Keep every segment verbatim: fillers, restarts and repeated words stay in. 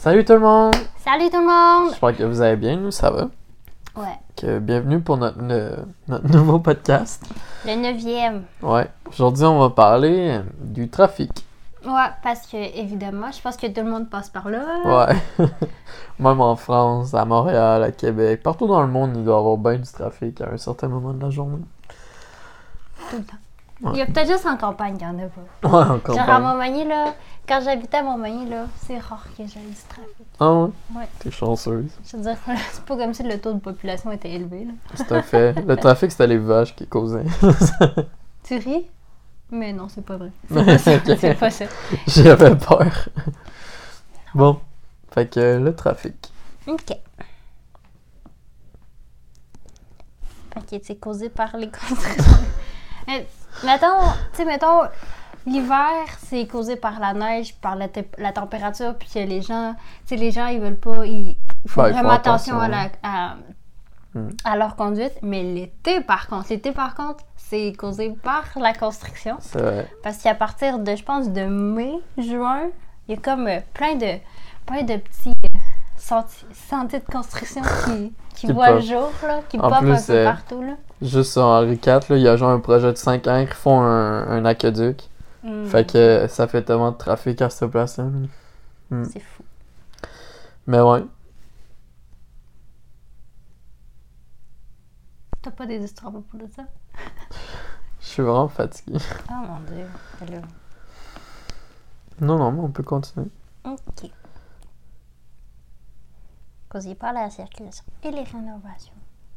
Salut tout le monde! Salut tout le monde! J'espère que vous allez bien, nous ça va. Ouais. Que bienvenue pour notre, le- notre nouveau podcast. Le neuvième. Ouais. Aujourd'hui, on va parler euh, du trafic. Ouais, parce que, évidemment, je pense que tout le monde passe par là. Ouais. Même en France, à Montréal, à Québec, partout dans le monde, il doit y avoir bien du trafic à un certain moment de la journée. Tout le temps. Ouais. Il y a peut-être juste en campagne qu'il y en a pas. Ouais, encore Genre pas. à Montmagny, là, quand j'habitais à Montmagny, là, c'est rare que j'aille du trafic. Ah ouais? Ouais. T'es chanceuse. Je veux dire, c'est pas comme si le taux de population était élevé, là. C'est un fait. Le trafic, c'était les vaches qui causaient. Tu ris? Mais non, c'est pas vrai. C'est pas ça. Ok. C'est pas ça. J'avais peur. Bon. Fait que le trafic. OK. Fait que c'est causé par les constructions. Euh, mettons, tu sais, mettons, l'hiver, c'est causé par la neige, par la, te- la température, puis que les gens, tu sais, les gens, ils veulent pas, ils, ils font Ouais, ils vraiment font attention, attention, à, la, à, Mm. à leur conduite. Mais l'été, par contre, l'été, par contre, c'est causé par la construction. C'est vrai. Parce qu'à partir de, je pense, de mai, juin, il y a comme euh, plein de, plein de petits euh, senti- sentiers de construction qui, qui, Qui voient le pop. jour, là, qui En pop plus, un peu euh, partout, là. Juste sur Henri quatre, là, il y a genre un projet de cinq ans qui font un, un aqueduc. Mm. Fait que ça fait tellement de trafic à cette place-là. Mm. C'est fou. Mais ouais. T'as pas des histoires à propos de ça? Je suis vraiment fatigué. Oh mon dieu. Alors, Non, non, mais on peut continuer. ok. Causé par la circulation et les rénovations.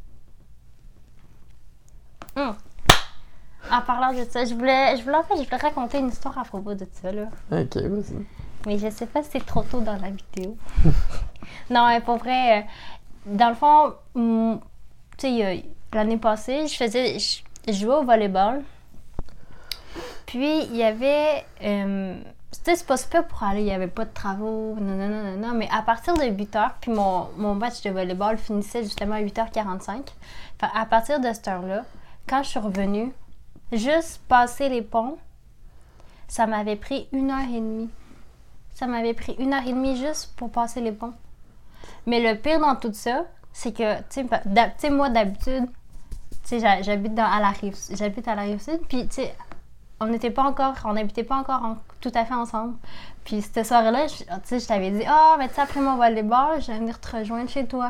Hum. En parlant de ça, je voulais, je voulais en fait, je voulais raconter une histoire à propos de ça, là. Ok, vas-y. Mais je sais pas si c'est trop tôt dans la vidéo. Non, mais pour vrai, euh, dans le fond, hum, tu sais, euh, l'année passée, je faisais, je, je jouais au volleyball. Puis, il y avait, euh, c'était c'est pas super pour aller, il y avait pas de travaux, non, non, non, non, non, mais à partir de huit heures, puis mon, mon match de volleyball finissait justement à huit heures quarante-cinq. Fait, à partir de cette heure-là, quand je suis revenue, juste passer les ponts, ça m'avait pris une heure et demie. Ça m'avait pris une heure et demie juste pour passer les ponts. Mais le pire dans tout ça, c'est que, tu sais, d'hab- tu sais, moi, d'habitude, tu sais, j'ha- j'habite dans, à la rive, j'habite à la rive sud, puis, tu sais, on n'était pas encore, on n'habitait pas encore en- tout à fait ensemble. Puis, cette soirée-là, je- tu sais, je t'avais dit, ah, oh, mais tu sais, après mon volleyball, je vais venir te rejoindre chez toi.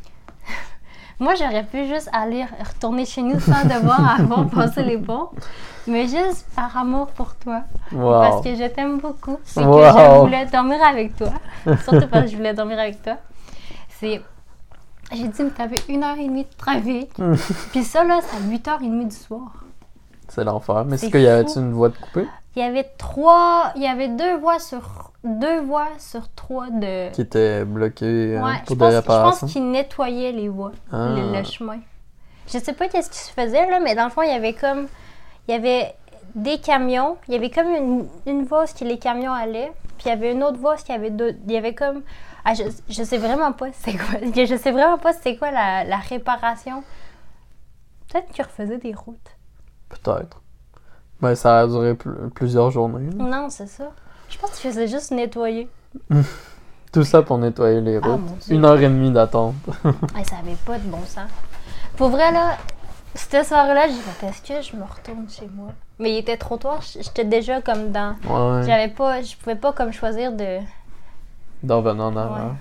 Moi, j'aurais pu juste aller retourner chez nous sans devoir avoir passé les ponts, mais juste par amour pour toi. Wow. Parce que je t'aime beaucoup. C'est Wow. que je voulais dormir avec toi. Surtout parce que je voulais dormir avec toi. C'est... J'ai dit, mais t'avais une heure et demie de trafic. Puis ça, là, c'est à huit heures trente du soir. C'est l'enfer. Mais C'est est-ce qu'il y avait fou. une voie de coupée Il y avait trois... Il y avait deux voies sur... Deux voies sur trois de... qui était bloquée euh, Ouais, pour je des pense, je réparations? pense qu'ils nettoyaient les voies, Ah. le, le chemin. Je sais pas qu'est-ce qui se faisait, là, mais dans le fond, il y avait comme... Il y avait des camions. Il y avait comme une, une voie où les camions allaient. Puis il y avait une autre voie où il y avait deux... Il y avait comme... Ah, je, je sais vraiment pas c'est quoi... Je sais vraiment pas c'est quoi la, la réparation. Peut-être qu'ils refaisaient des routes. Peut-être. Ben, ça a duré pl- plusieurs journées. là. Non, c'est ça. Je pense qu'ils faisaient juste nettoyer. Tout ça pour nettoyer les Ah, routes. mon Dieu. Une heure et demie d'attente. Ah, ça avait pas de bon sens. Pour vrai, là, cette soirée-là, j'ai fait, est-ce que je me retourne chez moi? Mais il était trop tard, j'étais déjà comme dans... Ouais. J'avais pas... Je pouvais pas comme choisir de... D'en venant en arrière.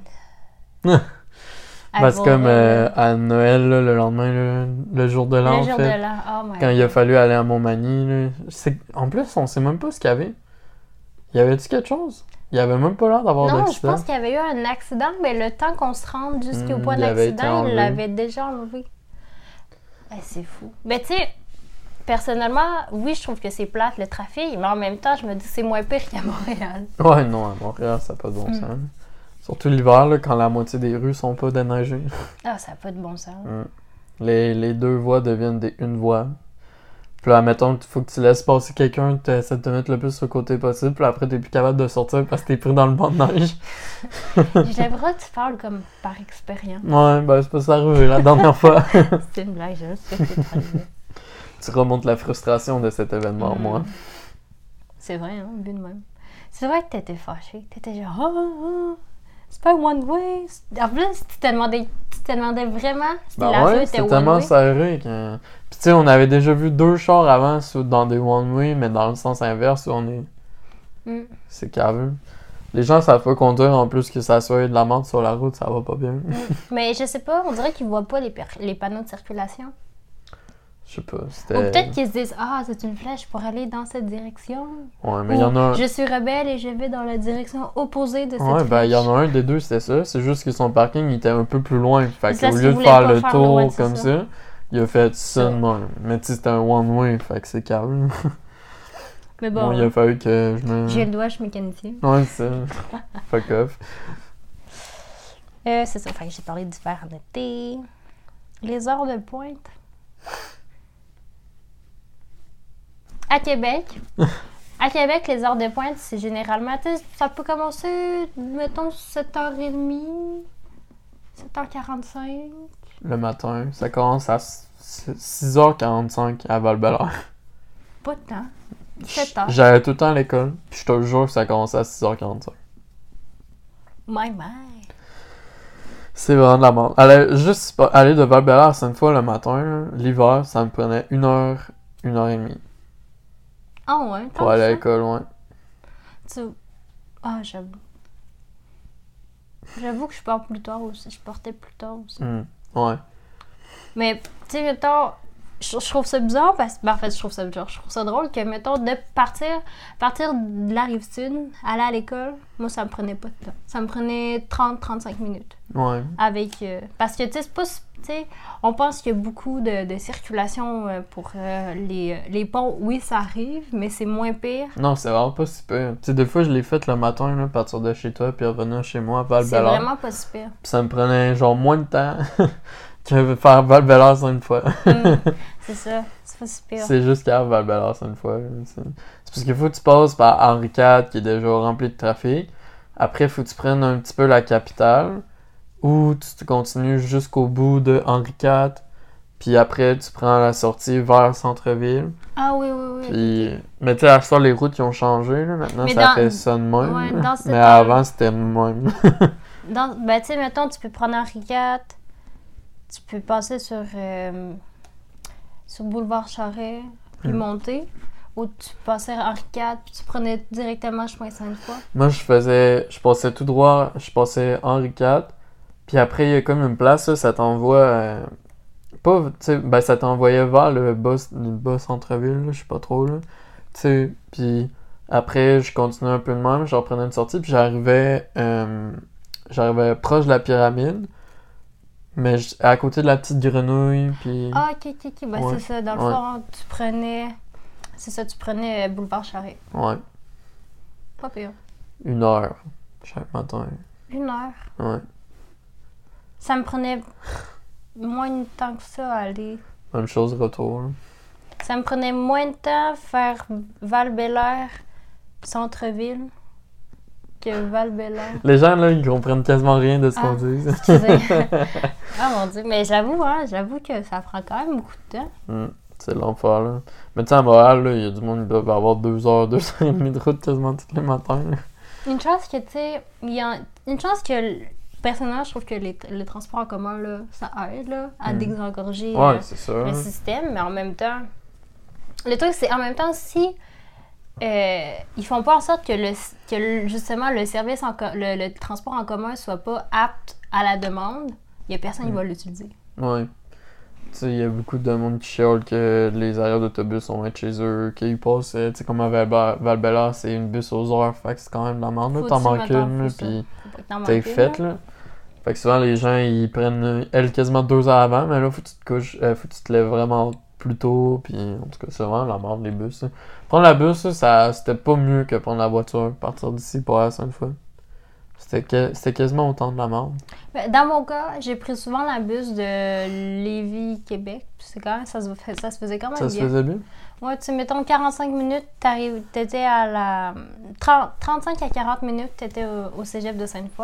à Parce que comme voir, euh, euh, à Noël, là, le lendemain, là, le jour de l'an, le en jour fait, de l'an. Oh my quand il a God. fallu aller à Montmagny, là, c'est... en plus, on sait même pas ce qu'il y avait. Y avait-tu quelque chose? Il y avait même pas l'air d'avoir Non, je d'accident. pense qu'il y avait eu un accident, mais le temps qu'on se rende jusqu'au Hmm, point il avait été d'accident, il enlevé. l'avait déjà enlevé. Eh, c'est fou. Mais tu sais, personnellement, oui, je trouve que c'est plate, le trafic, mais en même temps, je me dis que c'est moins pire qu'à Montréal. Ouais, non, à Montréal, ça n'a pas de bon Mm. sens. Surtout l'hiver, là, quand la moitié des rues sont pas déneigées. Ah, ça n'a pas de bon sens. Mm. Les, les deux voies deviennent des une voie. Puis là, mettons qu'il faut que tu laisses passer quelqu'un, tu essaies de te mettre le plus sur le côté possible, puis après, t'es plus capable de sortir parce que t'es pris dans le banc de neige. J'ai l'impression que tu parles comme par expérience. Ouais, ben c'est pas ça arrivé la dernière fois. C'est une blague, je sais que c'est arrivé. Tu remontes la frustration de cet événement, Mm. moi. C'est vrai, hein, vu de même. C'est vrai que t'étais fâchée. T'étais genre, oh, oh, oh. c'est pas un one-way. En plus, tu te demandais, tu te demandais vraiment si Ben la rue ouais, était c'était tellement one-way. serré que... Puis tu sais, on avait déjà vu deux chars avant sur- dans des one-way, mais dans le sens inverse, où on est... Mm. C'est caveux. Les gens savent pas conduire, en plus que ça soit de la menthe sur la route, ça va pas bien. Mm. Mais je sais pas, on dirait qu'ils voient pas les, per- les panneaux de circulation. Je sais pas, Ou c'était... peut-être qu'ils se disent, ah, c'est une flèche pour aller dans cette direction. Ouais, mais il Ou y en a... je suis rebelle et je vais dans la direction opposée de cette Ouais, flèche. ben il y en a un des deux, c'était ça. C'est juste que son parking il était un peu plus loin. Fait C'est ça, qu'au s'il lieu de voulait faire pas le faire tour le- ouais, c'est comme ça. ça, il a fait ça Ça. de même. Mais tu sais, c'était un one-way, fait que c'est calme. Mais Bon, bon, il a fallu que je me... j'ai le doigt, je suis mécanicien. Ouais, c'est ça. Fuck off. Euh, c'est ça, fait que j'ai parlé d'hiver en été. Les heures de pointe. À Québec, à Québec, les heures de pointe, c'est généralement, tu sais, ça peut commencer, mettons, sept heures trente, sept heures quarante-cinq. Le matin, ça commence à six heures quarante-cinq à Val-Bélair. Pas de temps. sept heures. J'allais tout le temps à l'école, puis je te jure que ça commençait à six heures quarante-cinq. My, my. C'est vraiment de la merde. Aller, juste pas- aller de Val-Bélair à Sainte-Foy le matin, là, l'hiver, ça me prenait une heure, une heure et demie Ah ouais, tant pour que aller à ça. l'école, ouais. Tu... Ah, j'avoue. J'avoue que je pars plus tard aussi. Je partais plus tard aussi. Hmm, ouais. Mais, tu sais, mettons, je, je trouve ça bizarre parce que, ben, en fait, je trouve ça bizarre. Je trouve ça drôle que, mettons, de partir, partir de la Rive-Sud, aller à l'école, moi, ça me prenait pas de temps. Ça me prenait trente à trente-cinq minutes. Ouais. Avec, euh, parce que, tu sais, c'est pas, tu sais, on pense qu'il y a beaucoup de, de circulation euh, pour euh, les, les ponts. Oui, ça arrive, mais c'est moins pire. Non, c'est vraiment pas si pire. Tu sais, des fois, je l'ai fait le matin, là, partir de chez toi, puis revenir chez moi à C'est Val-Bélair. vraiment pas si pire. Puis ça me prenait, genre, moins de temps que faire Val-Bélair cinq fois. Mm, c'est ça, c'est pas si pire. C'est juste qu'à Val-Bélair cinq fois. là. C'est c'est parce qu'il faut que tu passes par Henri quatre, qui est déjà rempli de trafic. Après, il faut que tu prennes un petit peu la capitale, ou tu tu continues jusqu'au bout de Henri quatre, puis après, tu prends la sortie vers centre-ville. Ah oui, oui, oui. Puis, mais tu sais, à ce soir, les routes qui ont changé, là. Maintenant, Mais ça dans- fait ça de même. ouais, là. dans ce mais temps- avant, c'était de même. Dans, ben, tu sais, mettons, tu peux prendre Henri quatre, tu peux passer sur, euh, sur Boulevard Charest, puis Mm. monter. Ou tu passais Henri quatre, puis tu prenais directement chemin Sainte-Foy. Moi, je faisais... Je passais tout droit, je passais Henri quatre, puis après, il y a comme une place, là, ça t'envoie... euh, pas, tu sais, ben, ça t'envoyait vers le bas, le bas centre-ville, là, je sais pas trop, là. Tu sais, puis après, je continuais un peu de même, je reprenais une sortie, puis j'arrivais... euh, j'arrivais proche de la pyramide, mais j- à côté de la petite grenouille, puis... Ah, ok, ok, ok. Ben, Ouais. c'est ça. Dans le Ouais. fond, tu prenais. C'est ça, tu prenais euh, Boulevard Charest. Ouais, Pas pire. une heure chaque matin. Une heure. Ouais. Ça me prenait moins de temps que ça à aller. Même chose retour, là. Ça me prenait moins de temps faire Val-Bélair, centre-ville, que Val-Bélair. Les gens, là, ils comprennent quasiment rien de ce Ah. qu'on dit. Excusez. Ah mon dieu, mais j'avoue, hein, j'avoue que ça prend quand même beaucoup de temps. Hmm, c'est l'enfer, là. Mais tu sais, à Montréal, là, il y a du monde qui doit avoir deux heures, deux heures et demie de route quasiment tous les matins, là. Une chance que, tu sais, il y a une chance que, personnellement, je trouve que les, les transports en commun, là, ça aide, là, à Mm. désengorger Ouais, euh, c'est sûr. le système, mais en même temps, le truc, c'est en même temps, si euh, ils font pas en sorte que, le, que le- justement le service, en, co- le, le transport en commun soit pas apte à la demande, il y a personne qui Mm. va l'utiliser. Ouais. Tu sais, il y a beaucoup de monde qui chiale que les arrêts d'autobus sont être chez eux, qu'ils passent, euh, tu sais, comme à Val- Val-Bélair, c'est une bus aux heures, fait que c'est quand même de la merde, là. Faut T'en que tu manques mettons, une, faut là, ça. pis Faut pas que t'en t'es manques une, faite, là. là. Fait que souvent, les gens, ils prennent, euh, elle, quasiment deux heures avant, mais là, faut que tu te couches, euh, faut que tu te lèves vraiment plus tôt, pis en tout cas, c'est vraiment la merde, les bus, là. Prendre la bus, là, ça, c'était pas mieux que prendre la voiture, partir d'ici pour aller à Sainte-Foy. C'était, que- c'était quasiment autant de la merde. Ben, dans mon cas, j'ai pris souvent la bus de Lévis-Québec. C'est quand même, ça, se, fait- ça se faisait quand même Ça se bien. faisait bien? Ouais, tu sais, mettons quarante-cinq minutes, t'arrives, t'étais à la... trente, trente-cinq à quarante minutes, t'étais au, au cégep de Sainte-Foy.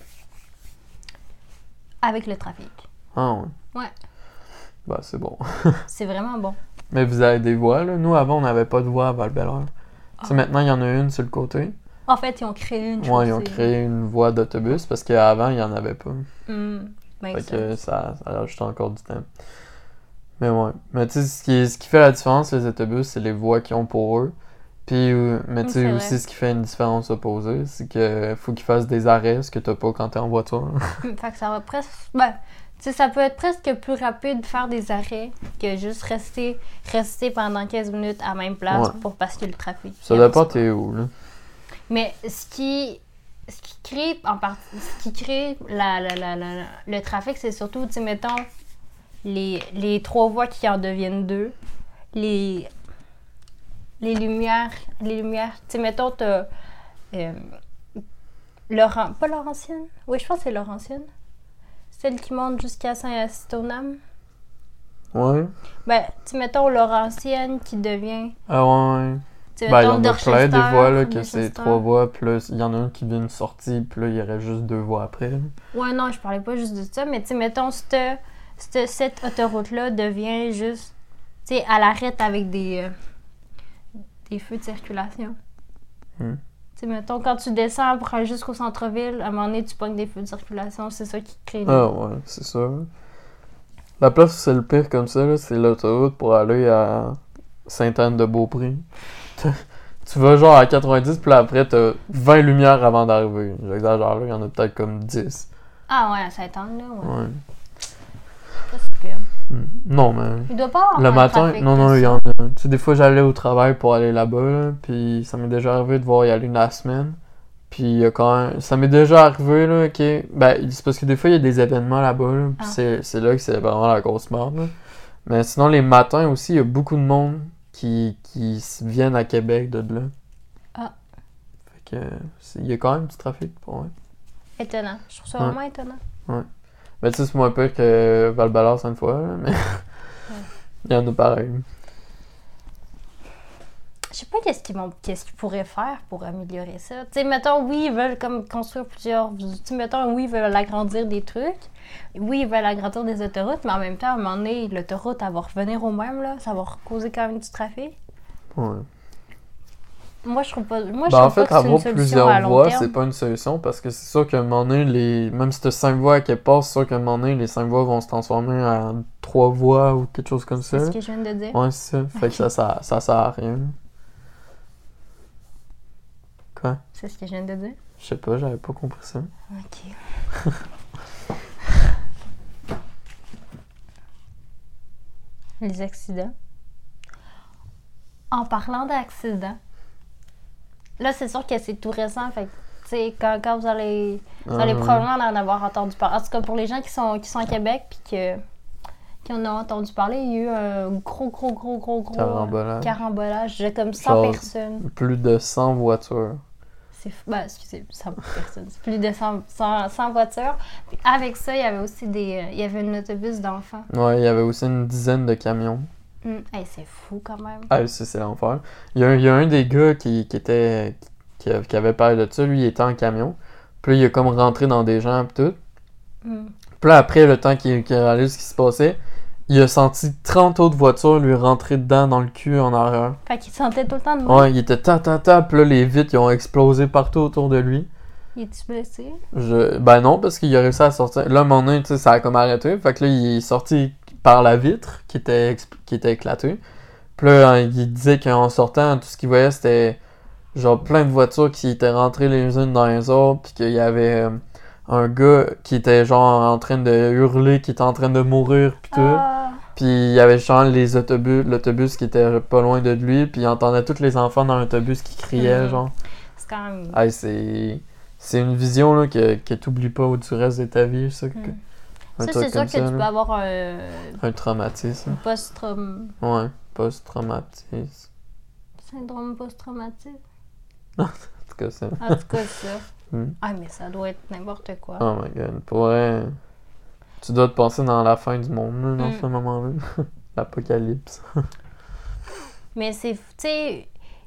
Avec le trafic. Ah ouais. Ouais. Bah, c'est bon. C'est vraiment bon. Mais vous avez des voies, là. Nous, avant, on n'avait pas de voie à Val-Bélair. Tu sais, Ah. maintenant, il y en a une sur le côté. En fait, ils ont créé une chose. Ouais, ils ont créé une voie d'autobus parce qu'avant, il n'y en avait pas. Mm, ben Fait ça. que ça, ça rajoute encore du temps. Mais ouais. Mais tu sais, ce qui, ce qui fait la différence, les autobus, c'est les voies qu'ils ont pour eux. Puis, euh, mais tu C'est sais, vrai. aussi, ce qui fait une différence opposée, c'est que faut qu'ils fassent des arrêts, ce que t'as pas quand t'es en voiture. Fait que ça va presque. Ben, tu sais, ça peut être presque plus rapide de faire des arrêts que juste rester, rester pendant quinze minutes à la même place Ouais. pour parce qu'il y a le trafic. Ça Puis après, dépend c'est t'es où, là. Mais ce qui, ce qui crée en partie, ce qui crée la, la, la, la- le trafic, c'est surtout, tu sais, mettons, les, les trois voies qui en deviennent deux, les, les lumières, les lumières, tu sais, mettons, t'as euh, Laurent, pas Laurentienne? Oui, je pense que c'est Laurentienne. Celle qui monte jusqu'à Saint-Stoneham. Ouais. Ben, tu sais, mettons, Laurentienne qui devient, Ah ouais. tu sais, Ben, il y mettons, en a plein Dorchester, des voies, là, que c'est Dorchester. trois voies, plus il y en a une qui vient de sortie, puis là, il y aurait juste deux voies après. là. Ouais, non, je parlais pas juste de ça, mais tu sais, mettons, cette, cette, cette autoroute-là devient juste, tu sais, elle arrête avec des, euh, des feux de circulation. Hmm. Tu sais, mettons, quand tu descends pour aller jusqu'au centre-ville, à un moment donné, tu pognes des feux de circulation, c'est ça qui crée les... Ah ouais, c'est ça. La place où c'est le pire comme ça, là, c'est l'autoroute pour aller à Sainte-Anne-de-Beaupré. Tu vas genre à quatre-vingt-dix, puis là, après, t'as vingt lumières avant d'arriver. J'exagère, là, il y en a peut-être comme dix. Ah ouais, à Saint-Anne, là, ouais. Ouais. Ça, c'est pire. Hmm. Non, mais... Il doit pas avoir Le un matin, trafic non, de non, il y ça. en a. Tu sais, des fois, j'allais au travail pour aller là-bas, là, puis ça m'est déjà arrivé de voir y aller la semaine. Puis il y a quand même... Ça m'est déjà arrivé, là, ok... Ben, c'est parce que des fois, il y a des événements là-bas, là, puis Ah. c'est, c'est là que c'est vraiment la grosse merde, là. Mais sinon, les matins aussi, il y a beaucoup de monde qui, qui s- viennent à Québec de là. Ah. Fait que... c'est- Il y a quand même du trafic, pour vrai. Étonnant. Je trouve ça Ouais. vraiment étonnant. Mais tu sais, c'est moins pire que Val-Ballard, une fois, là, mais... Il y en a pareil. Je sais pas qu'est-ce qu'ils vont, qu'est-ce qu'ils pourraient faire pour améliorer ça. Tu sais, mettons, oui, ils veulent comme construire plusieurs... Tu sais, mettons, oui, ils veulent agrandir des trucs. Oui, ils veulent agrandir des autoroutes, mais en même temps, à un moment donné, l'autoroute, elle va revenir au même, là. Ça va causer quand même du trafic. Ouais. Moi, je trouve pas... Moi, je Ben, en trouve fait, pas que c'est une avoir solution plusieurs à long voies, terme. c'est pas une solution parce que c'est sûr qu'à un moment donné, les... même si t'as cinq voies à quelque part, c'est sûr qu'à un moment donné, les cinq voies vont se transformer en trois voies ou quelque chose comme ça. C'est ce que je viens de dire. Ouais, c'est ça. Fait que ça, ça, ça sert à rien. Quoi? C'est ce que je viens de dire. Je sais pas, j'avais pas compris ça. OK. Les accidents. En parlant d'accidents, là, c'est sûr que c'est tout récent. Fait que, tu sais, quand, quand vous allez, vous allez Ah, ouais. probablement en avoir entendu parler. En tout cas, pour les gens qui sont, qui sont à Québec puis que, qui en ont entendu parler, il y a eu un gros, gros, gros, gros, gros Carambolage. carambolage de comme cent Genre- personnes. Plus de cent voitures. C'est fou. Ben, excusez, cent personnes. C'est plus de cent, cent, cent voitures. Puis avec ça, il y avait aussi des. euh, il y avait un autobus d'enfants. Ouais, il y avait aussi une dizaine de camions. Hum, hey, c'est fou quand même. Ah, ça, c'est l'enfer. Il y, a, un- il y a un des gars qui, qui était. Qui, qui avait parlé de ça, lui, il était en camion. Puis là, il a comme rentré dans des gens, pis tout. Hum. Puis là, après, le temps qu'il qu'il réalise ce qui se passait, il a senti trente autres voitures lui rentrer dedans dans le cul en arrière. Fait qu'il sentait tout le temps de même. Ouais, il était ta ta ta, puis là, les vitres, ils ont explosé partout autour de lui. Il est-tu blessé? Je... Ben non, parce qu'il a réussi à sortir. Là, à un moment donné, tu sais, ça a comme arrêté. Fait que là, il est sorti par la vitre qui était, exp- qui était éclatée. Puis là, il disait qu'en sortant, tout ce qu'il voyait, c'était genre plein de voitures qui étaient rentrées les unes dans les autres. Puis qu'il y avait euh, un gars qui était genre en train de hurler, qui était en train de mourir, puis tout. Ah, Puis il y avait genre les autobus, l'autobus qui était pas loin de lui. Puis il entendait tous les enfants dans l'autobus qui criaient, Mhm. genre. c'est quand même. Hey, c'est... C'est une vision là, que, que t'oublies pas du reste de ta vie, ça. que- Mm. Un Ça, truc c'est sûr comme que ça, tu peux là. avoir un Un traumatisme. post-traum... Ouais, post-traumatisme. syndrome post-traumatique. En tout cas, ça. En tout cas, ça. Mm. Ah, mais ça doit être n'importe quoi. Oh my god. Pour vrai, tu dois te penser dans la fin du monde, là, dans Mm. ce moment-là. L'apocalypse. Mais c'est, tu sais,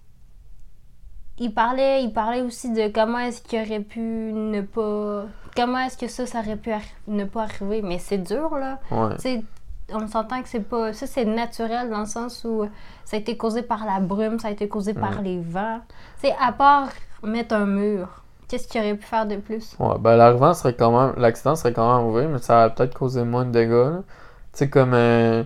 il parlait, il parlait aussi de comment est-ce qu'il aurait pu ne pas, comment est-ce que ça, ça aurait pu arri- ne pas arriver. Mais c'est dur, là. Ouais. Tu sais, on s'entend que c'est pas, ça c'est naturel dans le sens où ça a été causé par la brume, ça a été causé par Mm. les vents. Tu sais, à part mettre un mur. Qu'est-ce qu'il aurait pu faire de plus? Ouais, ben l'arrivant serait quand même. L'accident serait quand même arrivé, mais ça aurait peut-être causé moins de dégâts, là. Tu sais, comme. Euh,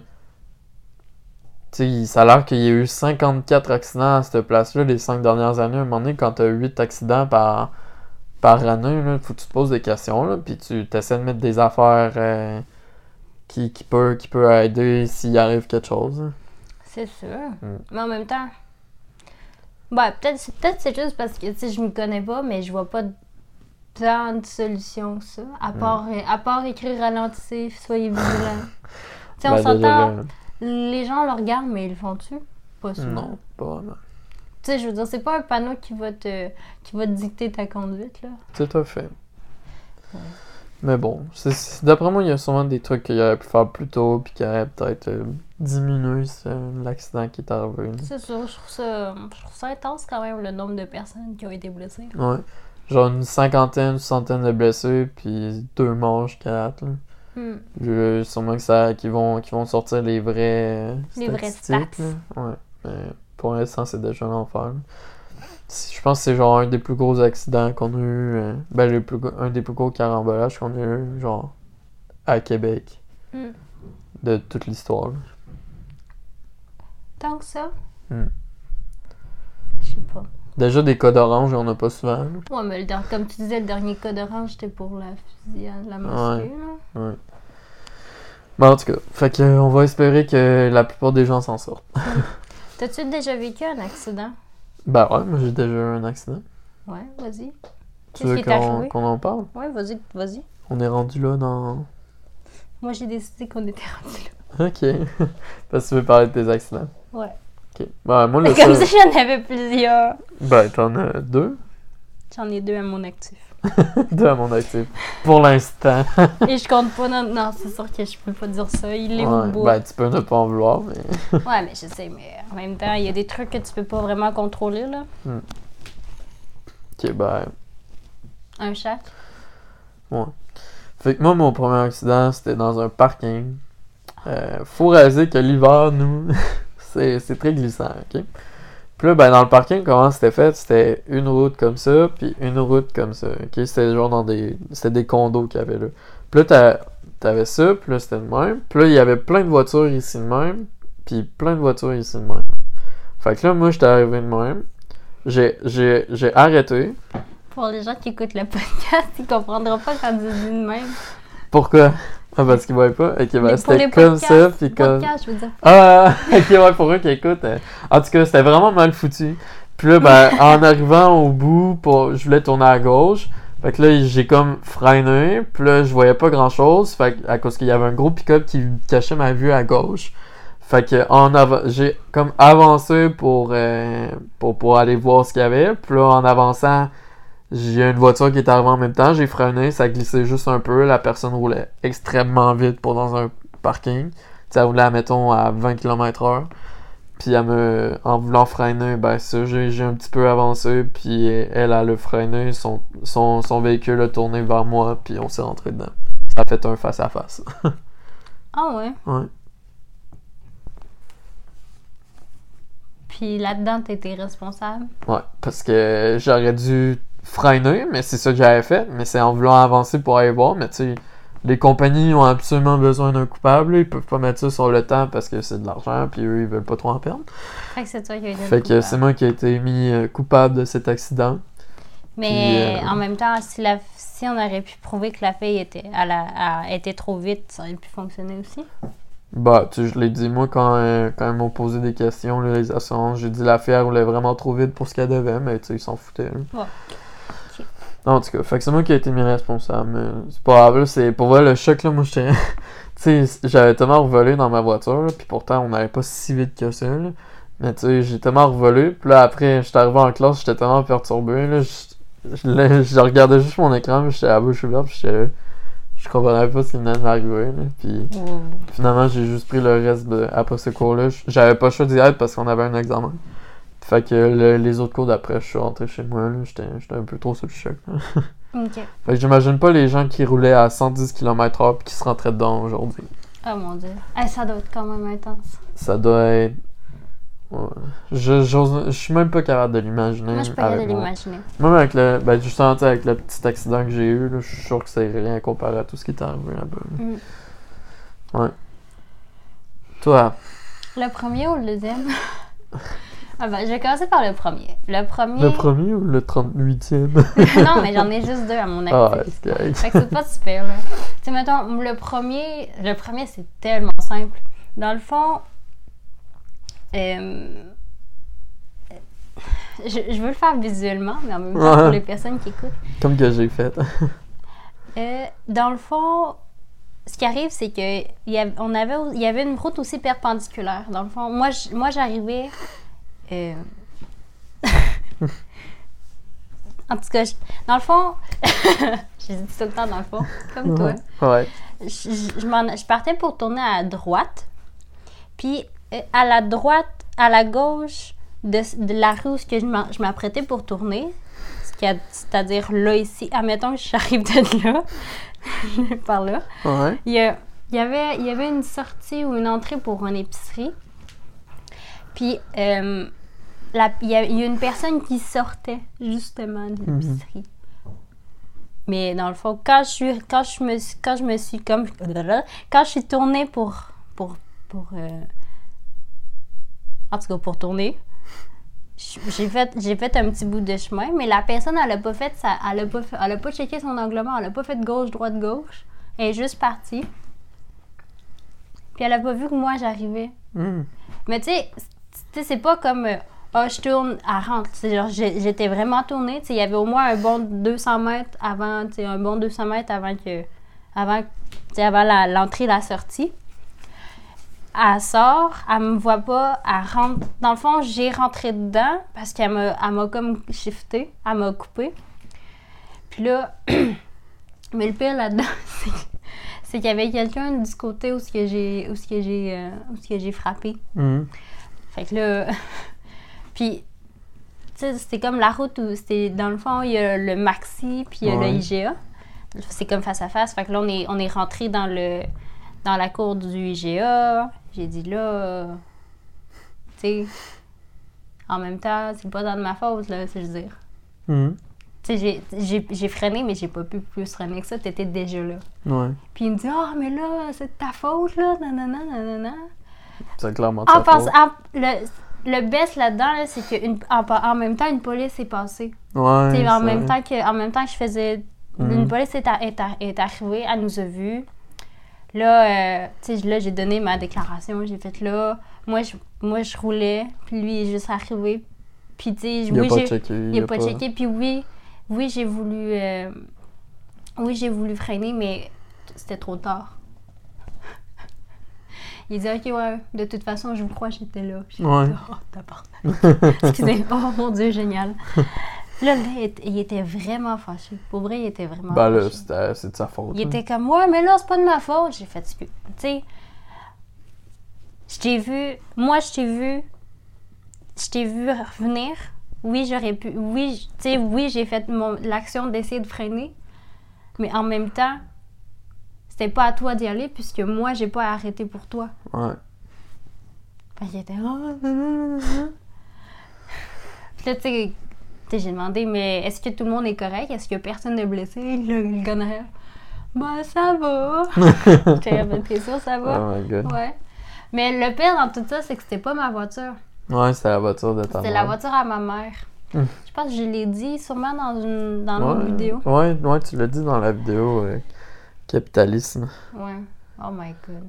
tu sais, ça a l'air qu'il y a eu cinquante-quatre accidents à cette place-là les cinq dernières années. À un moment donné, quand t'as huit accidents par, par année, là, faut que tu te poses des questions, là, puis tu essaies de mettre des affaires euh, qui, qui, peut, qui peut aider s'il arrive quelque chose. Hein. C'est sûr. Mm. Mais en même temps, ouais, peut-être peut-être c'est juste parce que tu sais, je m'y connais pas, mais je vois pas tant de solutions que ça. À part, mm. à part écrire ralentissez, soyez vigilants. Tu sais, on Ben, s'entend. déjà, Les gens le regardent, mais ils le font-tu? Pas souvent. non, pas vraiment. Tu sais, je veux dire, c'est pas un panneau qui va te, qui va te dicter ta conduite, là. Tout à fait. Ouais. Mais bon, c'est, c'est- d'après moi, il y a sûrement des trucs qu'il aurait pu faire plus tôt, puis qui auraient peut-être euh, diminué ce- l'accident qui est arrivé. là. C'est sûr, je trouve ça, je trouve ça intense quand même, le nombre de personnes qui ont été blessées. Ouais. Genre une cinquantaine, une centaine de blessés, puis deux morts jusqu'à date, là. Hmm. Je, sûrement que ça, qu'ils vont, qu'ils vont sortir les vrais euh, Les vrais statistiques, stats. là. Ouais. Mais pour l'instant, c'est déjà l'enfer. là. Si- Je pense que c'est genre un des plus gros accidents qu'on a eu. euh, ben, le plus, gros- un des plus gros carambolages qu'on a eu, genre, à Québec, Hmm. de toute l'histoire. là. Tant que ça? Hmm. Je sais pas. Déjà, des cas d'orange, on a pas souvent. là. Ouais, mais le der- comme tu disais, le dernier cas d'orange, c'était pour la fusillade, la mosquée, là. Ouais. Mais en tout cas, fait que, euh, on va espérer que la plupart des gens s'en sortent. T'as-tu déjà vécu un accident? Ben ouais, moi j'ai déjà eu un accident. Ouais, vas-y. Tu Qu'est-ce veux qui t'est qu'on, arrivé? qu'on en parle? Ouais, vas-y, vas-y. On est rendu là dans... Moi, j'ai décidé qu'on était rendu là. Ok. Parce que tu veux parler de tes accidents. Ouais. Ok. Ben moi le Comme seul... si j'en avais plusieurs. Ben t'en as deux. J'en ai deux à mon actif. Deux à mon actif. Pour l'instant. Et je compte pas dans... Non, c'est sûr que je peux pas dire ça. Il est au Ouais, bout. ben tu peux ne pas en vouloir, mais... Ouais, mais je sais, mais en même temps, il y a des trucs que tu peux pas vraiment contrôler, là. Ok, ben... Un chat. Ouais. Fait que moi, mon premier accident, c'était dans un parking. Euh, faut réaliser que l'hiver, nous, c'est, c'est très glissant, ok? Puis là, ben, dans le parking, comment c'était fait? C'était une route comme ça, puis une route comme ça, ok? C'était genre dans des... C'était des condos qu'il y avait là. Puis là, t'as- t'avais ça, puis là, c'était le même. Puis là, il y avait plein de voitures ici de même, puis plein de voitures ici de même. Fait que là, moi, j'étais arrivé de même. J'ai, j'ai, j'ai arrêté. Pour les gens qui écoutent le podcast, ils comprendront pas quand tu dis de même. Pourquoi? Ah, parce qu'ils voyaient pas? Ok, ben, Mais pour c'était les comme podcasts, ça, puis comme... podcast, je veux dire. Ah, ok, ouais, pour eux qui écoutent. euh, En tout cas, c'était vraiment mal foutu. Puis là, ben, en arrivant au bout, pour... je voulais tourner à gauche. Fait que là, j'ai comme freiné. Puis là, je voyais pas grand chose. Fait que, à cause qu'il y avait un gros pick-up qui cachait ma vue à gauche. Fait que, en av- j'ai comme avancé pour, euh, pour, pour aller voir ce qu'il y avait. Puis là, en avançant, j'ai une voiture qui est arrivée en même temps. J'ai freiné, ça glissait juste un peu. La personne roulait extrêmement vite pour dans un parking. Tu sais, elle roulait, mettons, à vingt kilomètres heure. Puis elle me, en voulant freiner, ben ça, j'ai, j'ai un petit peu avancé. Puis elle, elle a freiné, son, son, son véhicule a tourné vers moi. Puis on s'est rentré dedans. Ça a fait un face-à-face. Ah ouais? Ouais. Puis là-dedans, t'étais responsable. Ouais, parce que j'aurais dû freiner, mais c'est ça que j'avais fait. Mais c'est en voulant avancer pour aller voir. Mais tu sais, les compagnies ont absolument besoin d'un coupable. Là. Ils peuvent pas mettre ça sur le temps parce que c'est de l'argent. Puis eux, ils veulent pas trop en perdre. Fait que c'est toi qui as été le Fait que coupable. c'est moi qui ai été mis euh, coupable de cet accident. Mais Puis, euh, en même temps, si, la, si on aurait pu prouver que la fille était, elle a, a été trop vite, ça aurait pu fonctionner aussi. Bah, tu sais, je l'ai dit, moi, quand, euh, quand ils m'ont posé des questions, là, les assurances, j'ai dit la fille, elle roulait vraiment trop vite pour ce qu'elle devait, mais tu sais, ils s'en foutaient. là. Ouais. Ok. En tout cas, fait que c'est moi qui ai été mis responsable, mais c'est pas grave, là, c'est, pour vrai, le choc, là, moi, j'étais, tu sais, j'avais tellement revolé dans ma voiture, là, puis pourtant, on n'allait pas si vite que ça, là, mais tu sais, j'ai tellement revolé, puis là, après, j'étais arrivé en classe, j'étais tellement perturbé, là, je, je, là, je regardais juste mon écran, puis j'étais à la bouche ouverte, puis j'étais là, je comprenais pas ce qui venait de m'arriver, là, puis... Wow. Finalement, j'ai juste pris le reste de, après ce cours-là. J'avais pas le choix d'y être parce qu'on avait un examen. Fait que le- les autres cours d'après, je suis rentré chez moi. là. J'étais j'étais un peu trop sous le choc. là. Ok. Fait que j'imagine pas les gens qui roulaient à cent dix kilomètres heure et qui se rentraient dedans aujourd'hui. Oh mon dieu. Eh, ça doit être quand même intense. Ça doit être... Ouais. Je, j'ose, je suis même pas capable de l'imaginer. Moi, je suis pas capable avec de mon- l'imaginer. Même avec le. Ben, justement, tu sais, avec le petit accident que j'ai eu, là, je suis sûr que c'est rien comparé à tout ce qui est arrivé là-bas. là. Mm. Ouais. Toi, Le premier ou le deuxième? Ah ben, je vais commencer par le premier. Le premier... le premier ou le trente-huitième? non, mais j'en ai juste deux à mon actif. Ah, ouais, c'est correct. Fait que c'est pas super, là. Tu sais, mettons, le premier... Le premier, c'est tellement simple. Dans le fond... euh, Je, je veux le faire visuellement, mais en même temps, Ouais. pour les personnes qui écoutent. Comme que j'ai fait. Euh, dans le fond, ce qui arrive, c'est que il y avait, on avait, il y avait une route aussi perpendiculaire. Dans le fond, moi, je- moi j'arrivais. euh, en tout cas, je- dans le fond, j'ai dit tout le temps dans le fond, comme toi. Ouais. Je, je- je m'en- je partais pour tourner à droite. Puis euh, à la droite, à la gauche de, de la rue où ce que je m'en- je m'apprêtais pour tourner, ce qui a- c'est-à-dire là, ici, admettons que j'arrive de là, par là, Ouais. il y, a- il y avait, il y avait une sortie ou une entrée pour une épicerie. Puis euh, la- il y, a, il y a une personne qui sortait justement de l'épicerie. Mais dans le fond, quand je suis, quand je me, suis- quand je me suis comme, quand je suis tournée pour, pour, pour, euh, en tout cas pour tourner, j'ai fait, j'ai fait un petit bout de chemin, mais la personne, elle a pas fait ça, elle a pas, fait- elle a pas checké son angle mort, elle a pas fait gauche, droite, gauche, elle est juste partie. Puis elle a pas vu que moi j'arrivais. Hmm. Mais tu sais, tu sais, c'est pas comme euh, ah, je tourne, elle rentre. C'est genre, j'ai- j'étais vraiment tournée. Tu sais, il y avait au moins un bon deux cents mètres avant, tu sais, un bon deux cents mètres avant que, avant, tu sais, avant la- l'entrée et la sortie. Elle sort, elle me voit pas, elle rentre. Dans le fond, j'ai rentré dedans parce qu'elle m'a, elle m'a comme shifté, elle m'a coupé. Puis là, mais le pire là-dedans, c'est, c'est qu'il y avait quelqu'un du côté où ce que j'ai, où ce que j'ai, euh, où ce que j'ai frappé. Hmm. Fait que là, puis, tu sais, c'était comme la route où c'était, dans le fond, il y a le Maxi, puis il y a Ouais. le I G A. C'est comme face à face. Fait que là, on est, on est rentré dans le, dans la cour du I G A. J'ai dit là, euh, tu sais, en même temps, c'est pas dans de ma faute, là, c'est je veux dire. Hmm. Tu sais, j'ai, j'ai, j'ai freiné, mais j'ai pas pu plus freiner que ça. T'étais déjà là. Ouais. Puis il me dit, ah, mais là, c'est de ta faute, là, nanana, nanana. C'est clairement En ta pense, faute. en- le, le best là-dedans, là, c'est qu'en en, en même temps, une police est passée. Ouais. Tu sais, en, c'est même vrai. temps que, en même temps que je faisais... Mhm. Une police est, à- est, à- est arrivée, elle nous a vus. Là, euh, tu sais, là, j'ai donné ma déclaration. J'ai fait là, moi, je, moi, je roulais, puis lui, il est juste arrivé. Puis, tu sais, Il a oui, pas j'ai... checké. Il a pas checké, puis oui, oui, j'ai voulu... euh, oui, j'ai voulu freiner, mais c'était trop tard. Il dit, OK, ouais, de toute façon, je vous crois, j'étais là. J'étais Ouais. là, oh, tabarnak. Excusez, oh mon Dieu, génial. Là, là, il était- il était vraiment fâché. Pour vrai, il était vraiment Ben là, fâché. c'était- c'est de sa faute. Il là. était comme, ouais, mais là, c'est pas de ma faute. J'ai fait, tu sais, je t'ai vu, moi, je t'ai vu, je t'ai vu revenir. Oui, j'aurais pu, oui, j- tu sais, oui, j'ai fait mon, l'action d'essayer de freiner, mais en même temps, c'était pas à toi d'y aller puisque moi, j'ai pas arrêté pour toi. Ouais. Fait qu'il était, oh, nanana. Puis là, tu sais, tu sais, j'ai demandé, mais est-ce que tout le monde est correct? Est-ce que personne n'est blessé? Le, le gars derrière, bah, ça va. J'étais comme, t'es sûr, ça va? Oh my god. Ouais. Mais le pire dans tout ça, c'est que c'était pas ma voiture. Ouais, c'était la voiture de ta C'était mère. la voiture à ma mère. Hum. Je pense que je l'ai dit sûrement dans une dans Ouais. notre vidéo. Ouais, ouais, tu l'as dit dans la vidéo euh, Capitalisme. Ouais. Oh my god.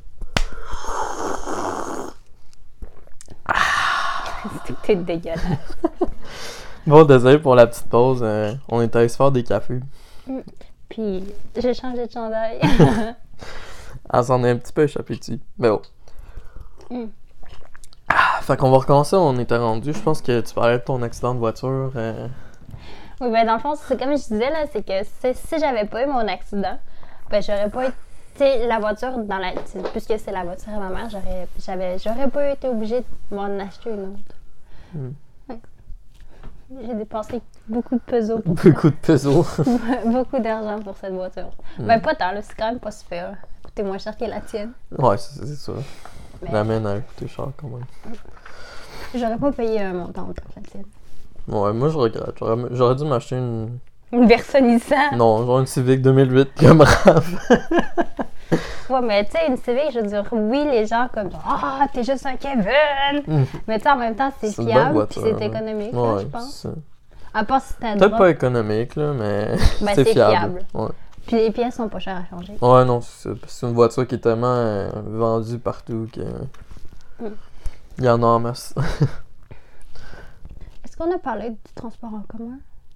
C'était dégueulasse. Bon, désolé pour la petite pause. euh, on est allé se faire des cafés. Puis j'ai changé de chandail. Elle s'en est un petit peu échappée dessus. Mais bon. Mm. Ah, fait qu'on va recommencer, on était rendu. Je pense que tu parlais de ton accident de voiture. euh, Oui, ben dans le fond, c'est comme je disais, là, c'est que si, si j'avais pas eu mon accident, ben j'aurais pas été. Tu sais, la voiture, dans la, t'sais, puisque c'est la voiture à ma mère, j'aurais, j'avais, j'aurais pas été obligée de m'en acheter une autre. Mm. Ouais. J'ai dépensé beaucoup de pesos pour ça. Beaucoup de pesos. Beaucoup d'argent pour cette voiture. Mm. Ben pas tant, là, c'est quand même pas super. Là. Ça coûtait moins cher que la tienne. Ouais, c'est c'est ça. Mais- La mienne a coûté cher quand même. J'aurais pas payé un montant autant que la tienne. Ouais, moi je regrette. J'aurais, j'aurais dû m'acheter une. Une Versa Nissan. Non, genre une Civic deux mille huit comme Raph. Ouais, mais tu sais, une Civic, je veux dire, oui, les gens comme ah, t'es juste un Kevin. Mm. Mais tu sais, en même temps, c'est, C'est une bonne fiable, voiture, puis c'est hein. économique, là, Ouais, je pense. c'est ça. À part si t'as Peut-être drop, pas économique, là, mais ben, c'est c'est fiable. fiable. Ouais. Puis les pièces sont pas chères à changer. Ouais, non, c'est ça. C'est une voiture qui est tellement euh, vendue partout que. Mm. Il y en a en masse. Est-ce qu'on a parlé du transport en commun?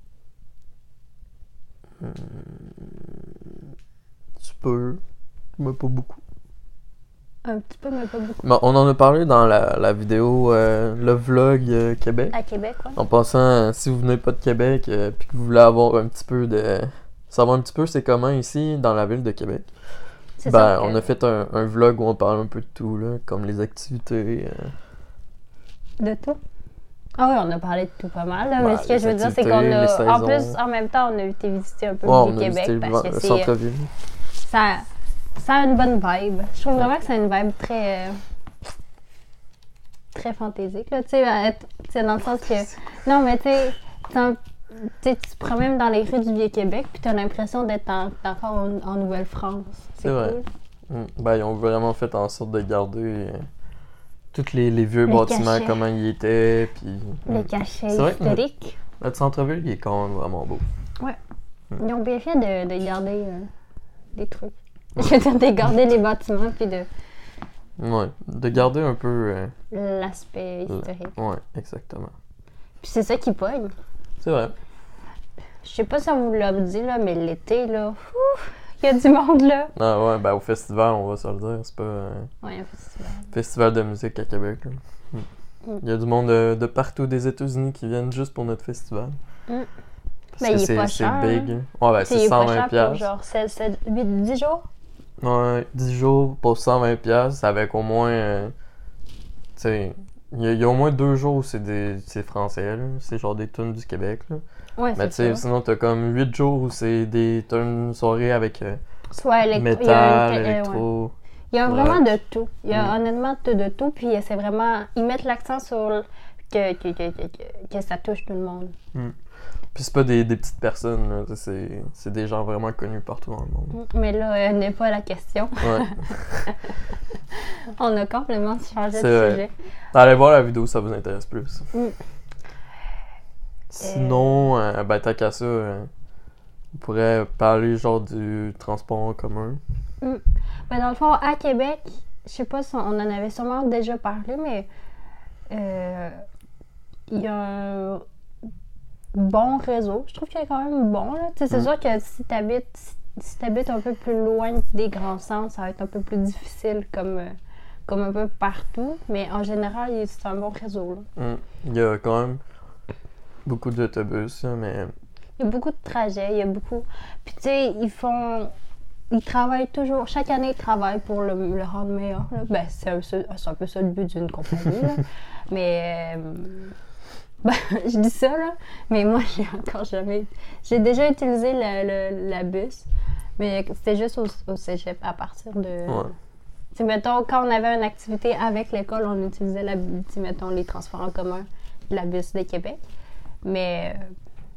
Tu peux, mais pas beaucoup. Un petit peu, mais pas beaucoup. Bon, on en a parlé dans la, la vidéo, euh, le vlog euh, Québec. À Québec, ouais. En passant, euh, si vous venez pas de Québec euh, puis que vous voulez avoir un petit peu de. Savoir un petit peu c'est comment ici, dans la ville de Québec. C'est Ben, ça que- on a fait un, un vlog où on parle un peu de tout, là, comme les activités. euh, De tout? Ah oui, on a parlé de tout pas mal. Là, Ben, mais ce que les je veux dire, c'est activités, qu'on les a. En saisons. plus, en même temps, on a été visiter un peu Ouais, le on a Québec visité le, parce que le c'est. centre-ville. Ça, ça a une bonne vibe. Je trouve vraiment que ça a une vibe très. euh, très fantaisique, là. Tu sais, être- tu sais, dans le sens que. Non, mais tu sais, t'en- tu sais, tu te promènes dans les rues du Vieux-Québec, puis t'as l'impression d'être en- encore en, en Nouvelle-France. C'est vrai. cool. Mm. Ben, ils ont vraiment fait en sorte de garder euh, tous les, les vieux Les bâtiments, cachets. comment ils étaient. Puis, Les mm. cachets C'est vrai que historiques. notre centre-ville, il est quand même vraiment beau. Ils ont bien fait de, de garder euh, des trucs. Je veux dire, de garder les bâtiments, puis de Ouais, de garder un peu. euh, l'aspect historique. Ouais, exactement. Puis c'est ça qui pogne. C'est vrai. Je sais pas si on vous l'a dit, là, mais l'été, là, ouf, il y a du monde, là. Ah ouais, ben au festival, on va se le dire, c'est pas un Ouais, un festival. festival de musique à Québec. Là. Mm. Mm. Il y a du monde de, de partout des États-Unis qui viennent juste pour notre festival. Mm. Parce Ben, que il est c'est, pas c'est cher, big. hein. Ouais, ben Tu sais, c'est il est pas cent vingt cher pour piastres. genre sept, sept, huit, dix jours. Ouais, dix jours pour cent vingt piastres avec au moins. euh, tu sais, il y, a- il y a au moins deux jours où c'est des c'est français, là. C'est genre des tunes du Québec. Là. Ouais, Mais tu c'est sais, ça. sinon t'as comme huit jours où c'est des tunes soirées avec euh, Soit électro. métal, il y a une- euh, ouais. électro. Il y a vraiment rock. de tout. Il y a Mm. honnêtement de, de tout. Puis c'est vraiment. Ils mettent l'accent sur le- que, que, que, que, que- que ça touche tout le monde. Puis c'est pas des, des petites personnes, là. Tu sais, C'est, c'est des gens vraiment connus partout dans le monde. Mais là, euh, n'est pas la question. Ouais. On a complètement changé C'est de vrai. sujet. Allez voir la vidéo, ça vous intéresse plus. Mm. Sinon, euh, ben tant qu'à ça, euh, on pourrait parler genre du transport en commun. Ben, dans le fond, à Québec, je sais pas si on on en avait sûrement déjà parlé, mais euh, il y a un bon réseau. Je trouve qu'il est quand même bon. Là. Tu sais, c'est Mm. sûr que si tu habites si t'habites un peu plus loin des grands centres, ça va être un peu plus difficile comme, euh, comme un peu partout. Mais en général, il- c'est un bon réseau. Là. Mm. Il y a quand même beaucoup d'autobus, là, mais Il y a beaucoup de trajets, il y a beaucoup. Puis tu sais, ils font. Ils travaillent toujours. Chaque année, ils travaillent pour le, le rendre meilleur. Là. Ben, c'est un, c'est un peu ça le but d'une compagnie. Là. Mais. euh, ben, je dis ça, là. Mais moi, j'ai encore jamais. J'ai déjà utilisé le, le- la bus. Mais c'était juste au, au cégep à partir de. ouais. Tu sais, mettons, quand on avait une activité avec l'école, on utilisait la, tu sais, mettons, les transports en commun, la bus de Québec. Mais. euh,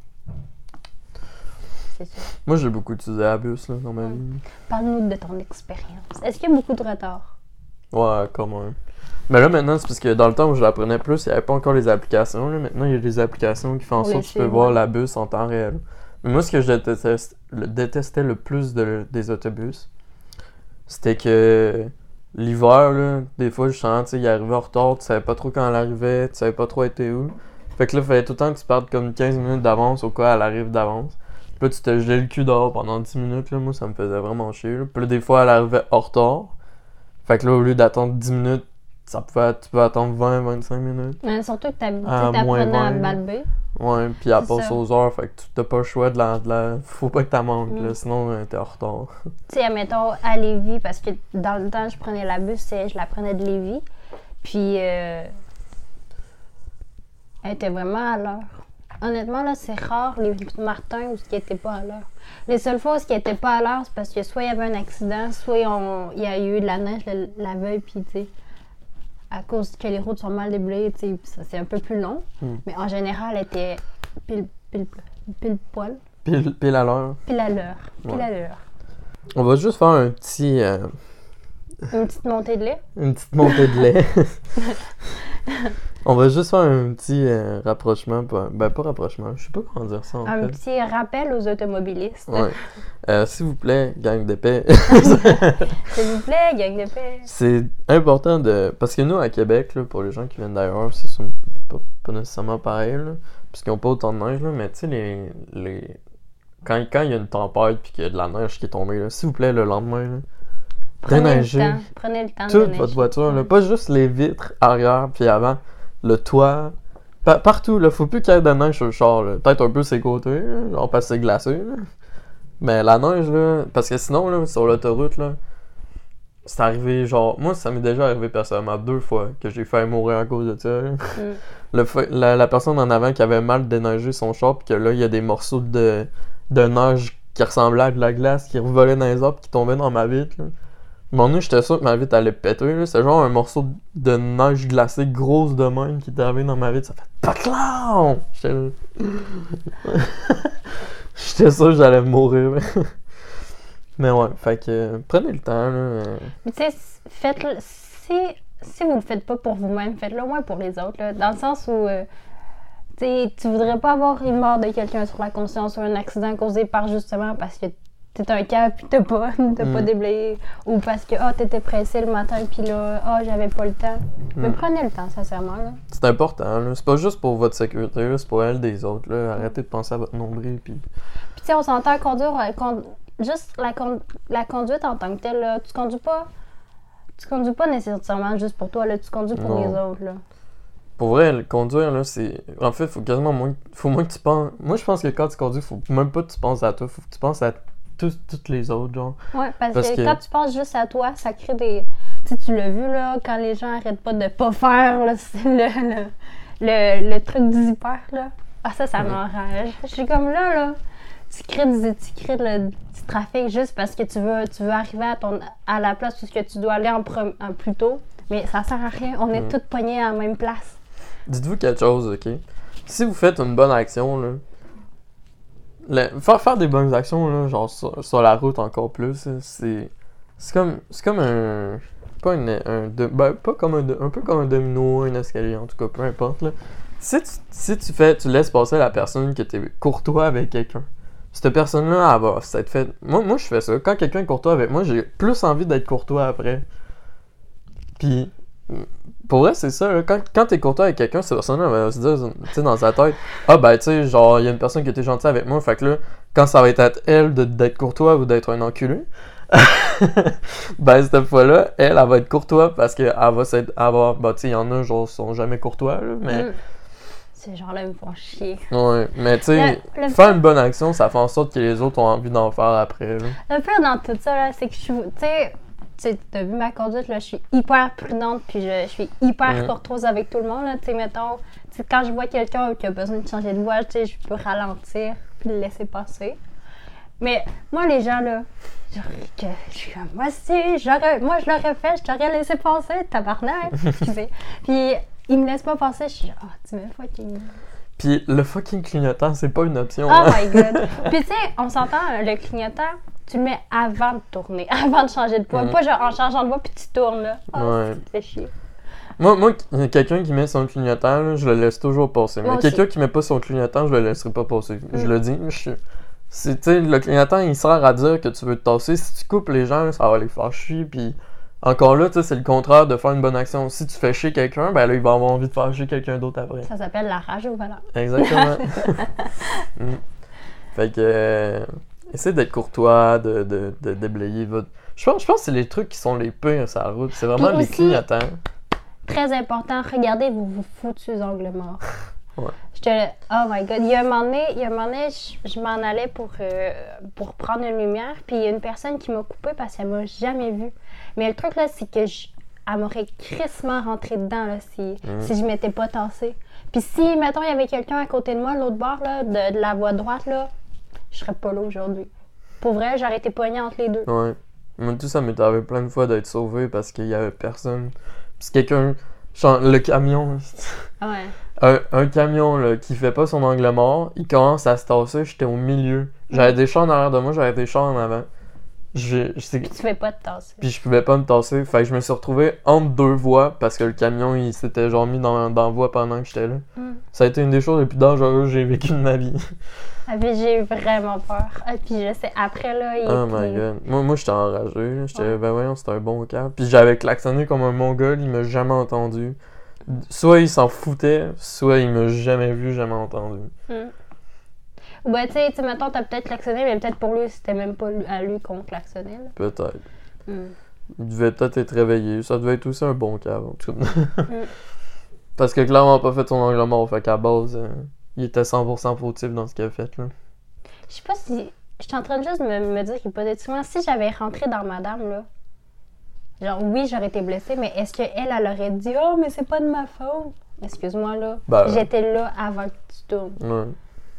c'est ça. Moi j'ai beaucoup utilisé la bus là, dans ma Mm. vie. Parle-nous de ton expérience. Est-ce qu'il y a beaucoup de retard? Ouais, quand même. Mais là maintenant, c'est parce que dans le temps où je l'apprenais plus, il n'y avait pas encore les applications. Là. Maintenant, il y a des applications qui font en Pour les sorte que tu peux suivre, voir ouais. la bus en temps réel. Mais moi, ce que je détestais le, détestais le plus de- des autobus, c'était que l'hiver, là, des fois, je sens, tu sais, il arrivait en retard, tu savais pas trop quand elle arrivait, tu savais pas trop elle était où. Fait que là, il fallait tout le temps que tu partes comme quinze minutes d'avance au cas où elle arrive d'avance. Puis là, tu te gelais le cul dehors pendant dix minutes, là, moi, ça me faisait vraiment chier. Là. Puis là, des fois, elle arrivait en retard. Fait que là, au lieu d'attendre dix minutes, ça pouvait, tu peux attendre vingt à vingt-cinq minutes. Mais surtout que t'as- tu À sais, moins t'apprenais à vingt. balber. Ouais, puis elle C'est passe ça. aux heures, fait que tu t'as pas le choix de la... De la... Faut pas que t'en manques, Mm. là, sinon euh, t'es en retard. Tu sais, admettons, à Lévis, parce que dans le temps, je prenais la bus, et je la prenais de Lévis. Puis, euh, elle était vraiment à l'heure. Honnêtement, là, c'est rare les Martins où ce qui n'était pas à l'heure. Les seules fois où ce qui n'était pas à l'heure, c'est parce que soit il y avait un accident, soit on- il y a eu de la neige la, la veille, puis tu sais, à cause que les routes sont mal déblayées, tu sais, ça, c'est un peu plus long. Mm. Mais en général, elle était pile, pile, pile poil, Pile, pile à l'heure. pile à l'heure, pile Ouais. à l'heure. On va juste faire un petit... euh, Une petite montée de lait. une petite montée de lait. On va juste faire un petit euh, rapprochement. Pas, ben, pas rapprochement. Je sais pas comment dire ça, en Un fait. petit rappel aux automobilistes. Ouais. Euh, s'il vous plaît, gang d'épais. S'il vous plaît, gang de paix. C'est important de... Parce que nous, à Québec, là, pour les gens qui viennent d'ailleurs, c'est sûr, pas, pas nécessairement pareil, là, parce qu'ils n'ont pas autant de neige, là, mais tu sais, les... les... Quand, quand il y a une tempête puis qu'il y a de la neige qui est tombée, là, s'il vous plaît, le lendemain, là, Prenez le déneigez temps. Prenez le temps de toute déneiger. votre voiture, là, Ouais. pas juste les vitres arrière puis avant, le toit, pa- partout, là, faut plus qu'il y ait de neige sur le char, là. Peut-être un peu ses côtés, là, genre parce que c'est glacé, là. Mais la neige, là, parce que sinon, là, sur l'autoroute, là, c'est arrivé, genre, moi, ça m'est déjà arrivé personnellement deux fois que j'ai failli mourir à cause de ça, là. Mm. Le fa- la, la personne en avant qui avait mal déneigé son char, puis que là, il y a des morceaux de, de neige qui ressemblaient à de la glace qui revolaient dans les arbres, qui tombaient dans ma vitre, là. Mon nez, j'étais sûr que ma vitre allait péter, là. C'est genre un morceau de neige glacée grosse de même qui est arrivé dans ma vitre. Ça fait PACLAM! J'étais là. J'étais sûr que j'allais mourir, mais... mais ouais, fait que euh, prenez le temps, là. euh. Mais tu sais, faites-le. Si, si vous le faites pas pour vous-même, faites-le au moins pour les autres. Là, dans le sens où euh, tu sais, tu voudrais pas avoir une mort de quelqu'un sur la conscience ou un accident causé par justement parce que t'es un câble pis t'as pas, t'as Mm. pas déblayé. Ou parce que ah, t'étais pressé le matin pis là, ah, j'avais pas le temps. Mais Mm. prenez le temps, sincèrement. Là. C'est important, là. C'est pas juste pour votre sécurité, là. C'est pour elle des autres, là. Arrêtez de penser à votre nombril, puis... Puis tu sais, on s'entend à conduire, euh, con- juste la, con- la conduite en tant que telle, là, tu conduis pas. Tu conduis pas nécessairement juste pour toi, là, tu conduis pour Non. les autres. Là. Pour vrai, le conduire, là, c'est... En fait, faut quasiment moins... Faut moins que tu penses... Moi, je pense que quand tu conduis, faut même pas que tu penses à toi. Faut que tu penses à tous, toutes les autres, genre. Ouais, parce, Parce que, que- quand tu penses juste à toi, ça crée des. Tu sais, tu l'as vu, là, quand les gens arrêtent pas de pas faire là, c'est le, le, le, le truc du zipper, là. Ah, ça, ça Ouais. m'enrage. Je suis comme là, là. Tu crées, du, tu crées le, du trafic juste parce que tu veux, tu veux arriver à, ton, à la place où tu dois aller en, pre- en plus tôt. Mais ça sert à rien. On est Mm. tous pognés à la même place. Dites-vous quelque chose, ok? Si vous faites une bonne action, là... le- Faire, faire des bonnes actions, là, genre sur, sur la route encore plus, là, c'est... C'est comme... C'est comme un... Pas un... un de- ben, pas comme un... de- Un peu comme un domino, un escalier, en tout cas, peu importe, là. Si tu, si tu fais... Tu laisses passer la personne que t'es courtois avec quelqu'un, cette personne-là, elle va s'être fait... Moi, moi, je fais ça. Quand quelqu'un est courtois avec moi, j'ai plus envie d'être courtois après. Puis... Pour vrai, c'est ça, là. Quand, quand t'es courtois avec quelqu'un, cette personne-là va se dire, tu sais, dans sa tête, ah ben, tu sais, genre, il y a une personne qui était gentille avec moi, fait que là, quand ça va être à elle de- d'être courtois ou d'être un enculé, ben, cette fois-là, elle, elle va être courtois parce qu'elle va s'être, avoir, ben, tu sais, il y en a, genre, sont jamais courtois, là, mais, Mm. Ces gens-là me font chier. ouais, mais, tu sais, Le- le faire une bonne action, ça fait en sorte que les autres ont envie d'en faire après, là. Le pire dans tout ça, là, c'est que je suis. Tu sais, tu sais, t'as vu ma conduite, là, je suis hyper prudente, puis je, je suis hyper Mm. courtoise avec tout le monde, là. Tu sais, mettons, tu sais, quand je vois quelqu'un qui a besoin de changer de voie, tu sais, je peux ralentir, puis le laisser passer. Mais moi, les gens, là, genre, que, je suis comme, moi, si, j'aurais, moi, je l'aurais fait, je t'aurais laissé passer, tabarnak. Excusez. Puis, ils me laissent pas passer, je suis genre, ah, tu me fucking. Puis le fucking clignotant, c'est pas une option, Oh hein. my god. Puis tu sais, on s'entend, le clignotant, tu le mets avant de tourner, avant de changer de voie. Mm. Pas genre en changeant de voie puis tu tournes là. Ah, Ouais. ça te fait chier. Moi, moi, quelqu'un qui met son clignotant, là, je le laisse toujours passer. Moi Mais aussi. quelqu'un qui met pas son clignotant, je le laisserai pas passer. Je Mm. le dis, je c'est, tu sais, le clignotant, il sert à dire que tu veux te tasser. Si tu coupes les gens, ça va les faire chier. Puis encore là, tu sais, c'est le contraire de faire une bonne action. Si tu fais chier quelqu'un, ben là, il va avoir envie de faire chier quelqu'un d'autre après. Ça s'appelle la rage au volant. Exactement. Mm. Fait que, euh, essaie d'être courtois, de, de, de déblayer votre... Je pense, je pense que c'est les trucs qui sont les pires sur la route. C'est vraiment Puis les aussi- clignotants. Très important, regardez vos, vos foutus angles morts. Ouais. Je te... Oh my god. Il y a un moment donné, il y a un moment donné je, je m'en allais pour, euh, pour prendre une lumière, puis il y a une personne qui m'a coupée parce qu'elle m'a jamais vue. Mais le truc là, c'est que je... elle m'aurait crissement rentré dedans là, si, Mm. si je m'étais pas tassée. Puis si, mettons, il y avait quelqu'un à côté de moi, de l'autre bord là, de, de la voie droite, là, je serais pas là aujourd'hui. Pour vrai, j'aurais été poignée entre les deux. Ouais. Moi, tout ça m'est arrivé plein de fois d'être sauvé parce qu'il y avait personne. Puis quelqu'un. Genre, le camion. Ah ouais. Un, un camion là, qui fait pas son angle mort, il commence à se tasser, j'étais au milieu. J'avais des chars en arrière de moi, j'avais des chars en avant. Je, je sais- Puis tu fais pas de tasser. Puis je pouvais pas me tasser, fait que je me suis retrouvé entre deux voies parce que le camion il s'était genre mis dans, dans la voie pendant que j'étais là. Mm. Ça a été une des choses les plus dangereuses que j'ai vécues de ma vie. Ah, puis j'ai eu vraiment peur. Ah, puis je sais, après là, il Oh était- my god. Moi, moi j'étais enragé, là. J'étais, Ouais. ben voyons, c'était un bon câble. Puis j'avais klaxonné comme un mongol, il m'a jamais entendu. Soit il s'en foutait, soit il m'a jamais vu, jamais entendu. Mm. Ou ben, tu sais, tu sais, mettons, t'as peut-être klaxonné, mais peut-être pour lui, c'était même pas lui- à lui qu'on klaxonnait. Là. Peut-être. Mm. Il devait peut-être être réveillé. Ça devait être aussi un bon câble, en tout cas. Mm. Parce que clairement pas fait son angle mort, fait qu'à base, euh, il était cent pour cent fautif dans ce qu'il a fait, là. Je sais pas si. Je suis en train de juste me, me dire qu'hypothétiquement, si j'avais rentré dans Madame, là, genre, oui, j'aurais été blessée, mais est-ce qu'elle, elle aurait dit « Oh, mais c'est pas de ma faute! » Excuse-moi, là. Ben, J'étais là avant que tu tournes. Ouais.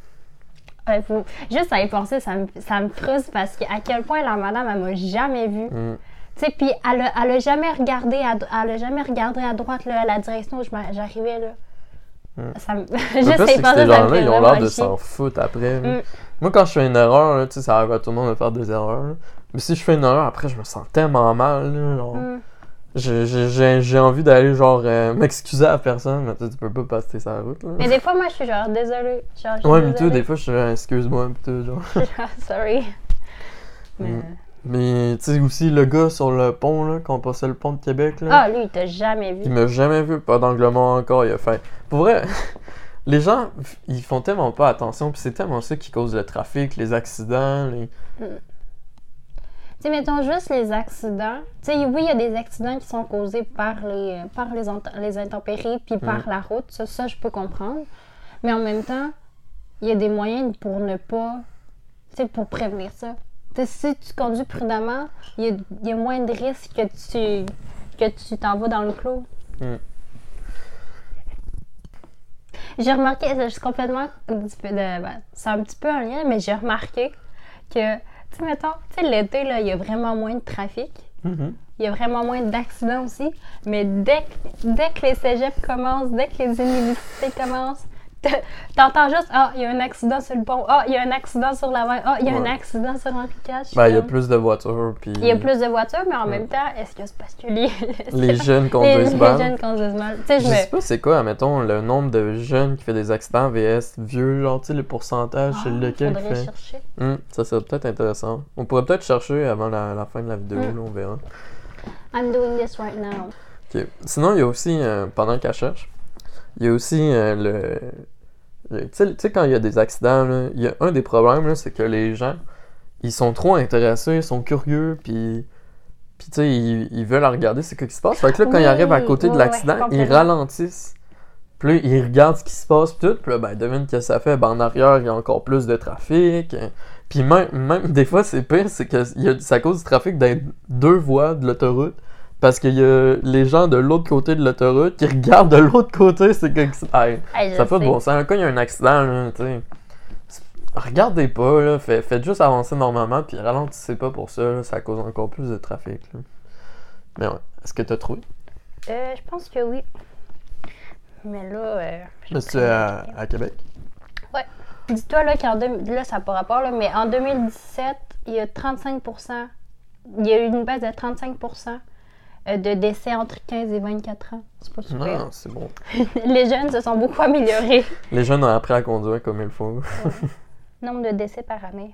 Ouais, faut- Juste à y penser, ça me, ça me frustre parce qu'à quel point la Madame, elle m'a jamais vue. Mm. Tu sais, puis elle, a- elle a jamais regardé à, elle a jamais regardé à droite, là, à la direction où je m'a- j'arrivais, là. Mm. Ça me... Le Juste pire, à c'est y que penser, ces ça me gens-là, fait ils ont l'air vraiment de chier. s'en foutre après. là. Mm. Moi, quand je fais une erreur, là, tu sais, ça arrive à tout le monde de faire des erreurs. là. Mais si je fais une erreur, après, je me sens tellement mal. Là, genre, Mm. j'ai, j'ai, j'ai, j'ai envie d'aller, genre, euh, m'excuser à personne. Mais tu sais, tu peux pas passer sa route. Là. Mais des fois, moi, je suis genre, désolée. Genre, je suis Ouais, mais tout, désolée. des fois, je suis genre, excuse-moi. Pis tout, genre. Je suis genre, sorry. Mais... Mm. Mais tu sais, aussi, le gars sur le pont, là, quand on passait le pont de Québec, là. Ah, lui, il t'a jamais Il vu. m'a jamais vu, pas d'angle mort encore, il a fait. Pour vrai, les gens, ils font tellement pas attention, puis c'est tellement ça qui cause le trafic, les accidents, les... Tu sais, mettons juste les accidents. Tu sais, oui, il y a des accidents qui sont causés par les, par les, ent- les intempéries puis par Mm. la route. Ça, ça, je peux comprendre. Mais en même temps, il y a des moyens pour ne pas... Tu sais, pour prévenir ça. Tu sais, si tu conduis prudemment, il y a, il y a moins de risques que tu que tu t'en vas dans le clos. Mm. J'ai remarqué, je suis complètement... un petit peu de- ben, c'est un petit peu un lien, mais j'ai remarqué que, tu sais, mettons, tu sais, l'été, là, il y a vraiment moins de trafic. Mhm. Il y a vraiment moins d'accidents aussi. Mais dès que, dès que les cégeps commencent, dès que les universités commencent, t- t'entends juste « Ah, il y a un accident sur le pont. Ah, il y a un accident sur la vingt. Ah, il y a un Ouais. accident sur Henri quatre. » Je suis Ben, il y a comme, plus de voitures, puis il y a plus de voitures, mais en Ouais. même temps, est-ce que c'est parce que les, les jeunes les, conduisent les mal. jeunes conduisent mal? Tu sais, Je je me... sais pas c'est quoi, admettons, le nombre de jeunes qui fait des accidents V S vieux, genre, tu sais, le pourcentage, c'est Ah, lequel qui faudrait fait... chercher. Hum, ça serait peut-être intéressant. On pourrait peut-être chercher avant la, la fin de la vidéo, Mm. là, on verra. I'm doing this right now. Ok. Sinon, il y a aussi, euh, pendant qu'elle cherche, il y a aussi euh, le... le- Tu sais, tu sais, quand il y a des accidents, là, il y a un des problèmes, là, c'est que les gens, ils sont trop intéressés, ils sont curieux, puis... Puis tu sais, ils, ils veulent regarder ce qui se passe. Fait que là, quand Oui, ils arrivent à côté oui, de ouais, l'accident, ils complètement. ralentissent. Puis là, ils regardent ce qui se passe, pis tout. Puis là, ben, devine que ça fait. Ben, en arrière, il y a encore plus de trafic. Puis même, même des fois, c'est pire, c'est que il y a, ça cause du trafic dans deux voies de l'autoroute. Parce qu'il y a les gens de l'autre côté de l'autoroute qui regardent de l'autre côté. C'est que. Hey, Hey, je ça fait de sais. bon sens. Quand il y a un accident, là, tu sais. Regardez pas, là. Fait- Faites juste avancer normalement. Puis ralentissez pas pour ça. Là, ça cause encore plus de trafic. Là. Mais ouais. Est-ce que t'as trouvé? Euh, je pense que oui. Mais là... Euh, je C'est à, à Québec? Dis-toi là qu'en deux... là ça n'a pas rapport là, mais en deux mille dix-sept, il y a trente-cinq pour cent, il y a eu une baisse de trente-cinq pour cent de décès entre quinze et vingt-quatre ans. C'est pas super. Non, c'est bon. Les jeunes se sont beaucoup améliorés. Les jeunes ont appris à conduire comme il faut. Nombre de décès par année.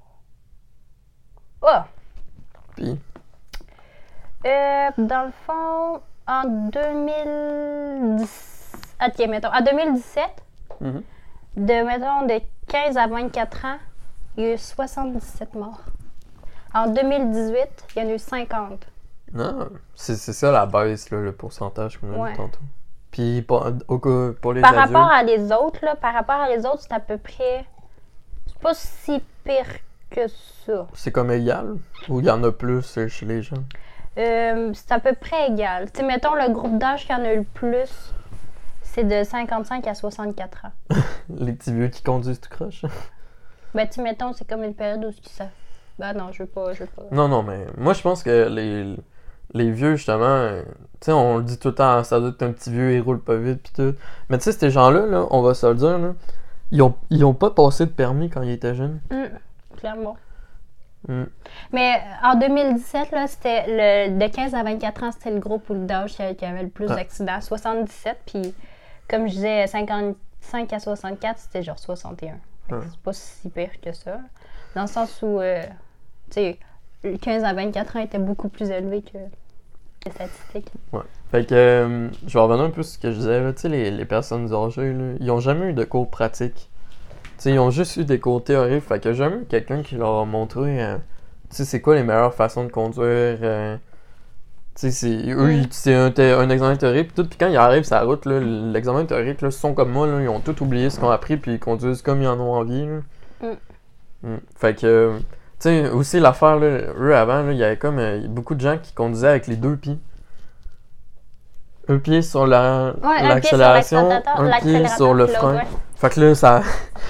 Oh! Puis, Euh, dans le fond, en deux mille dix... Ok, mettons, en deux mille dix-sept, mhm. de, mettons, de quinze à vingt-quatre ans, il y a eu soixante-dix-sept morts. En deux mille dix-huit, il y en a eu cinquante. non, c'est c'est ça la baisse, là, le pourcentage qu'on a Ouais. vu tantôt. Puis, pour, au cas- pour les Par adultes, rapport à les autres, là, par rapport à les autres, c'est à peu près... C'est pas si pire que ça. c'est comme égal? Ou il y en a plus euh, chez les gens? Euh, c'est à peu près égal. Tu sais, mettons, le groupe d'âge qui en a eu le plus, c'est de cinquante-cinq à soixante-quatre ans. Les petits vieux qui conduisent tout croche? Ben, tu sais, mettons, c'est comme une période où ils savent. Ben non, je veux pas, je veux pas. Non, non, mais moi, je pense que les... Tu les vieux, justement, euh, tu sais, on le dit tout le temps, ça doit être un petit vieux, il roule pas vite, pis tout. Mais tu sais, ces gens-là, là, on va se le dire, là, ils ont, ils ont pas passé de permis quand ils étaient jeunes. Mm, clairement. Mm. Mais euh, en deux mille dix-sept, là, c'était le, de quinze à vingt-quatre ans, c'était le groupe ou d'âge qui, qui avait le plus Ah. d'accidents. soixante-dix-sept, puis comme je disais, cinquante-cinq à soixante-quatre, c'était genre soixante et un. Fait que Ah. c'est pas si pire que ça. Dans le sens où, euh, tu sais, le quinze à vingt-quatre ans était beaucoup plus élevé que les statistiques. Fait que, euh, je vais revenir un peu sur ce que je disais, là, tu sais, les, les personnes âgées, là, ils ont jamais eu de cours pratiques. Tu sais, ils ont juste eu des cours théoriques, fait qu'il y a jamais eu quelqu'un qui leur a montré, euh, tu sais, c'est quoi les meilleures façons de conduire, euh, tu sais, c'est, eux, Mm. ils- c'est un, thé- un examen théorique, pis tout, pis quand ils arrivent sur la route, là, l'examen théorique, là, ils sont comme moi, là, ils ont tout oublié ce qu'ils ont appris, puis ils conduisent comme ils en ont envie, là. Mm. Mm. Fait que, euh, tu sais, aussi l'affaire, là, eux, avant, là, il y avait comme euh, beaucoup de gens qui conduisaient avec les deux pieds. Un pied sur la, Ouais, un pied sur l'accélération, l'accélérateur, un pied l'accélérateur, sur le puis l'autre, frein. ouais. Fait que là, ça.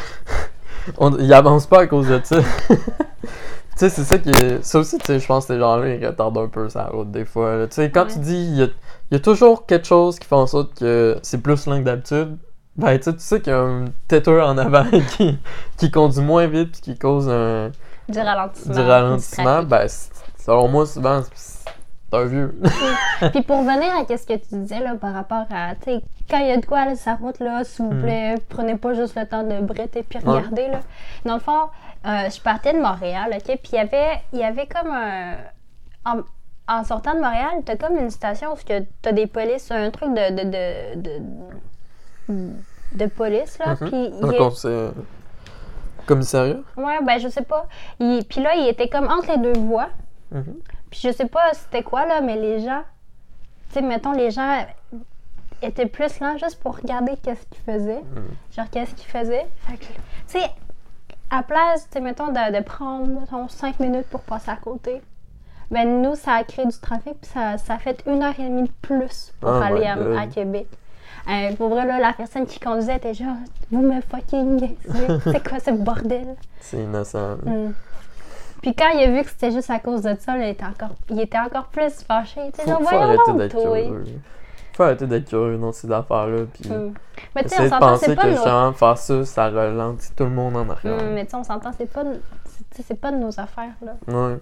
On, ils avancent pas à cause de ça. Tu sais, c'est ça qui est. Ça aussi, tu sais, je pense que ces gens-là, ils retardent un peu sa route des fois. là. Tu sais, quand Ouais. tu dis, il y a, il y a toujours quelque chose qui fait en sorte que c'est plus lent que d'habitude, ben, tu sais, tu sais qu'il y a un têteux en avant qui, qui conduit moins vite puis qui cause un, Du ralentissement. du ralentissement. trafic. Ben, c'est- selon moi, souvent, c'est c'est un vieux. Puis pour revenir à ce que tu disais là, par rapport à, tu sais, quand il y a de quoi aller sur sa route, là, s'il vous Mm. plaît, prenez pas juste le temps de bretter puis Ouais. regarder. Là. Dans le fond, euh, je partais de Montréal, OK? Puis il y avait, il y avait comme un... En, en sortant de Montréal, t'as comme une station où tu as des polices, un truc de... de, de, de, de police, là. Mhm. Puis il Un est- conseil- commissariat? Ouais, ben je sais pas. Il- Puis là, il était comme entre les deux voies. Mhm. Puis je sais pas c'était quoi, là, mais les gens, tu sais, mettons, les gens étaient plus lents juste pour regarder qu'est-ce qu'ils faisaient. Mm. Genre, qu'est-ce qu'ils faisaient. Fait que, tu sais, à place, tu sais, mettons, de, de prendre, mettons, cinq minutes pour passer à côté, ben nous, ça a créé du trafic, puis ça, ça a fait une heure et demie de plus pour Oh aller my à, God. à Québec. Euh, pour vrai, là, la personne qui conduisait était genre, vous me fucking gaisez. C'est quoi ce bordel? C'est innocent. Mm. Puis quand il a vu que c'était juste à cause de ça, là, il était encore, il était encore plus fâché. Il était Faut, genre, faut voyons arrêter donc, d'être toi. curieux. Faut arrêter d'être curieux dans ces affaires-là. Puis Mm. Mais tu sais, on essayer de s'entend, penser c'est que pas de nos... justement faire ça, ça ralentit tout le monde en arrière. Mm, mais tu sais, on s'entend, c'est pas, de- c'est, tu sais, c'est pas de nos affaires, là. Ouais.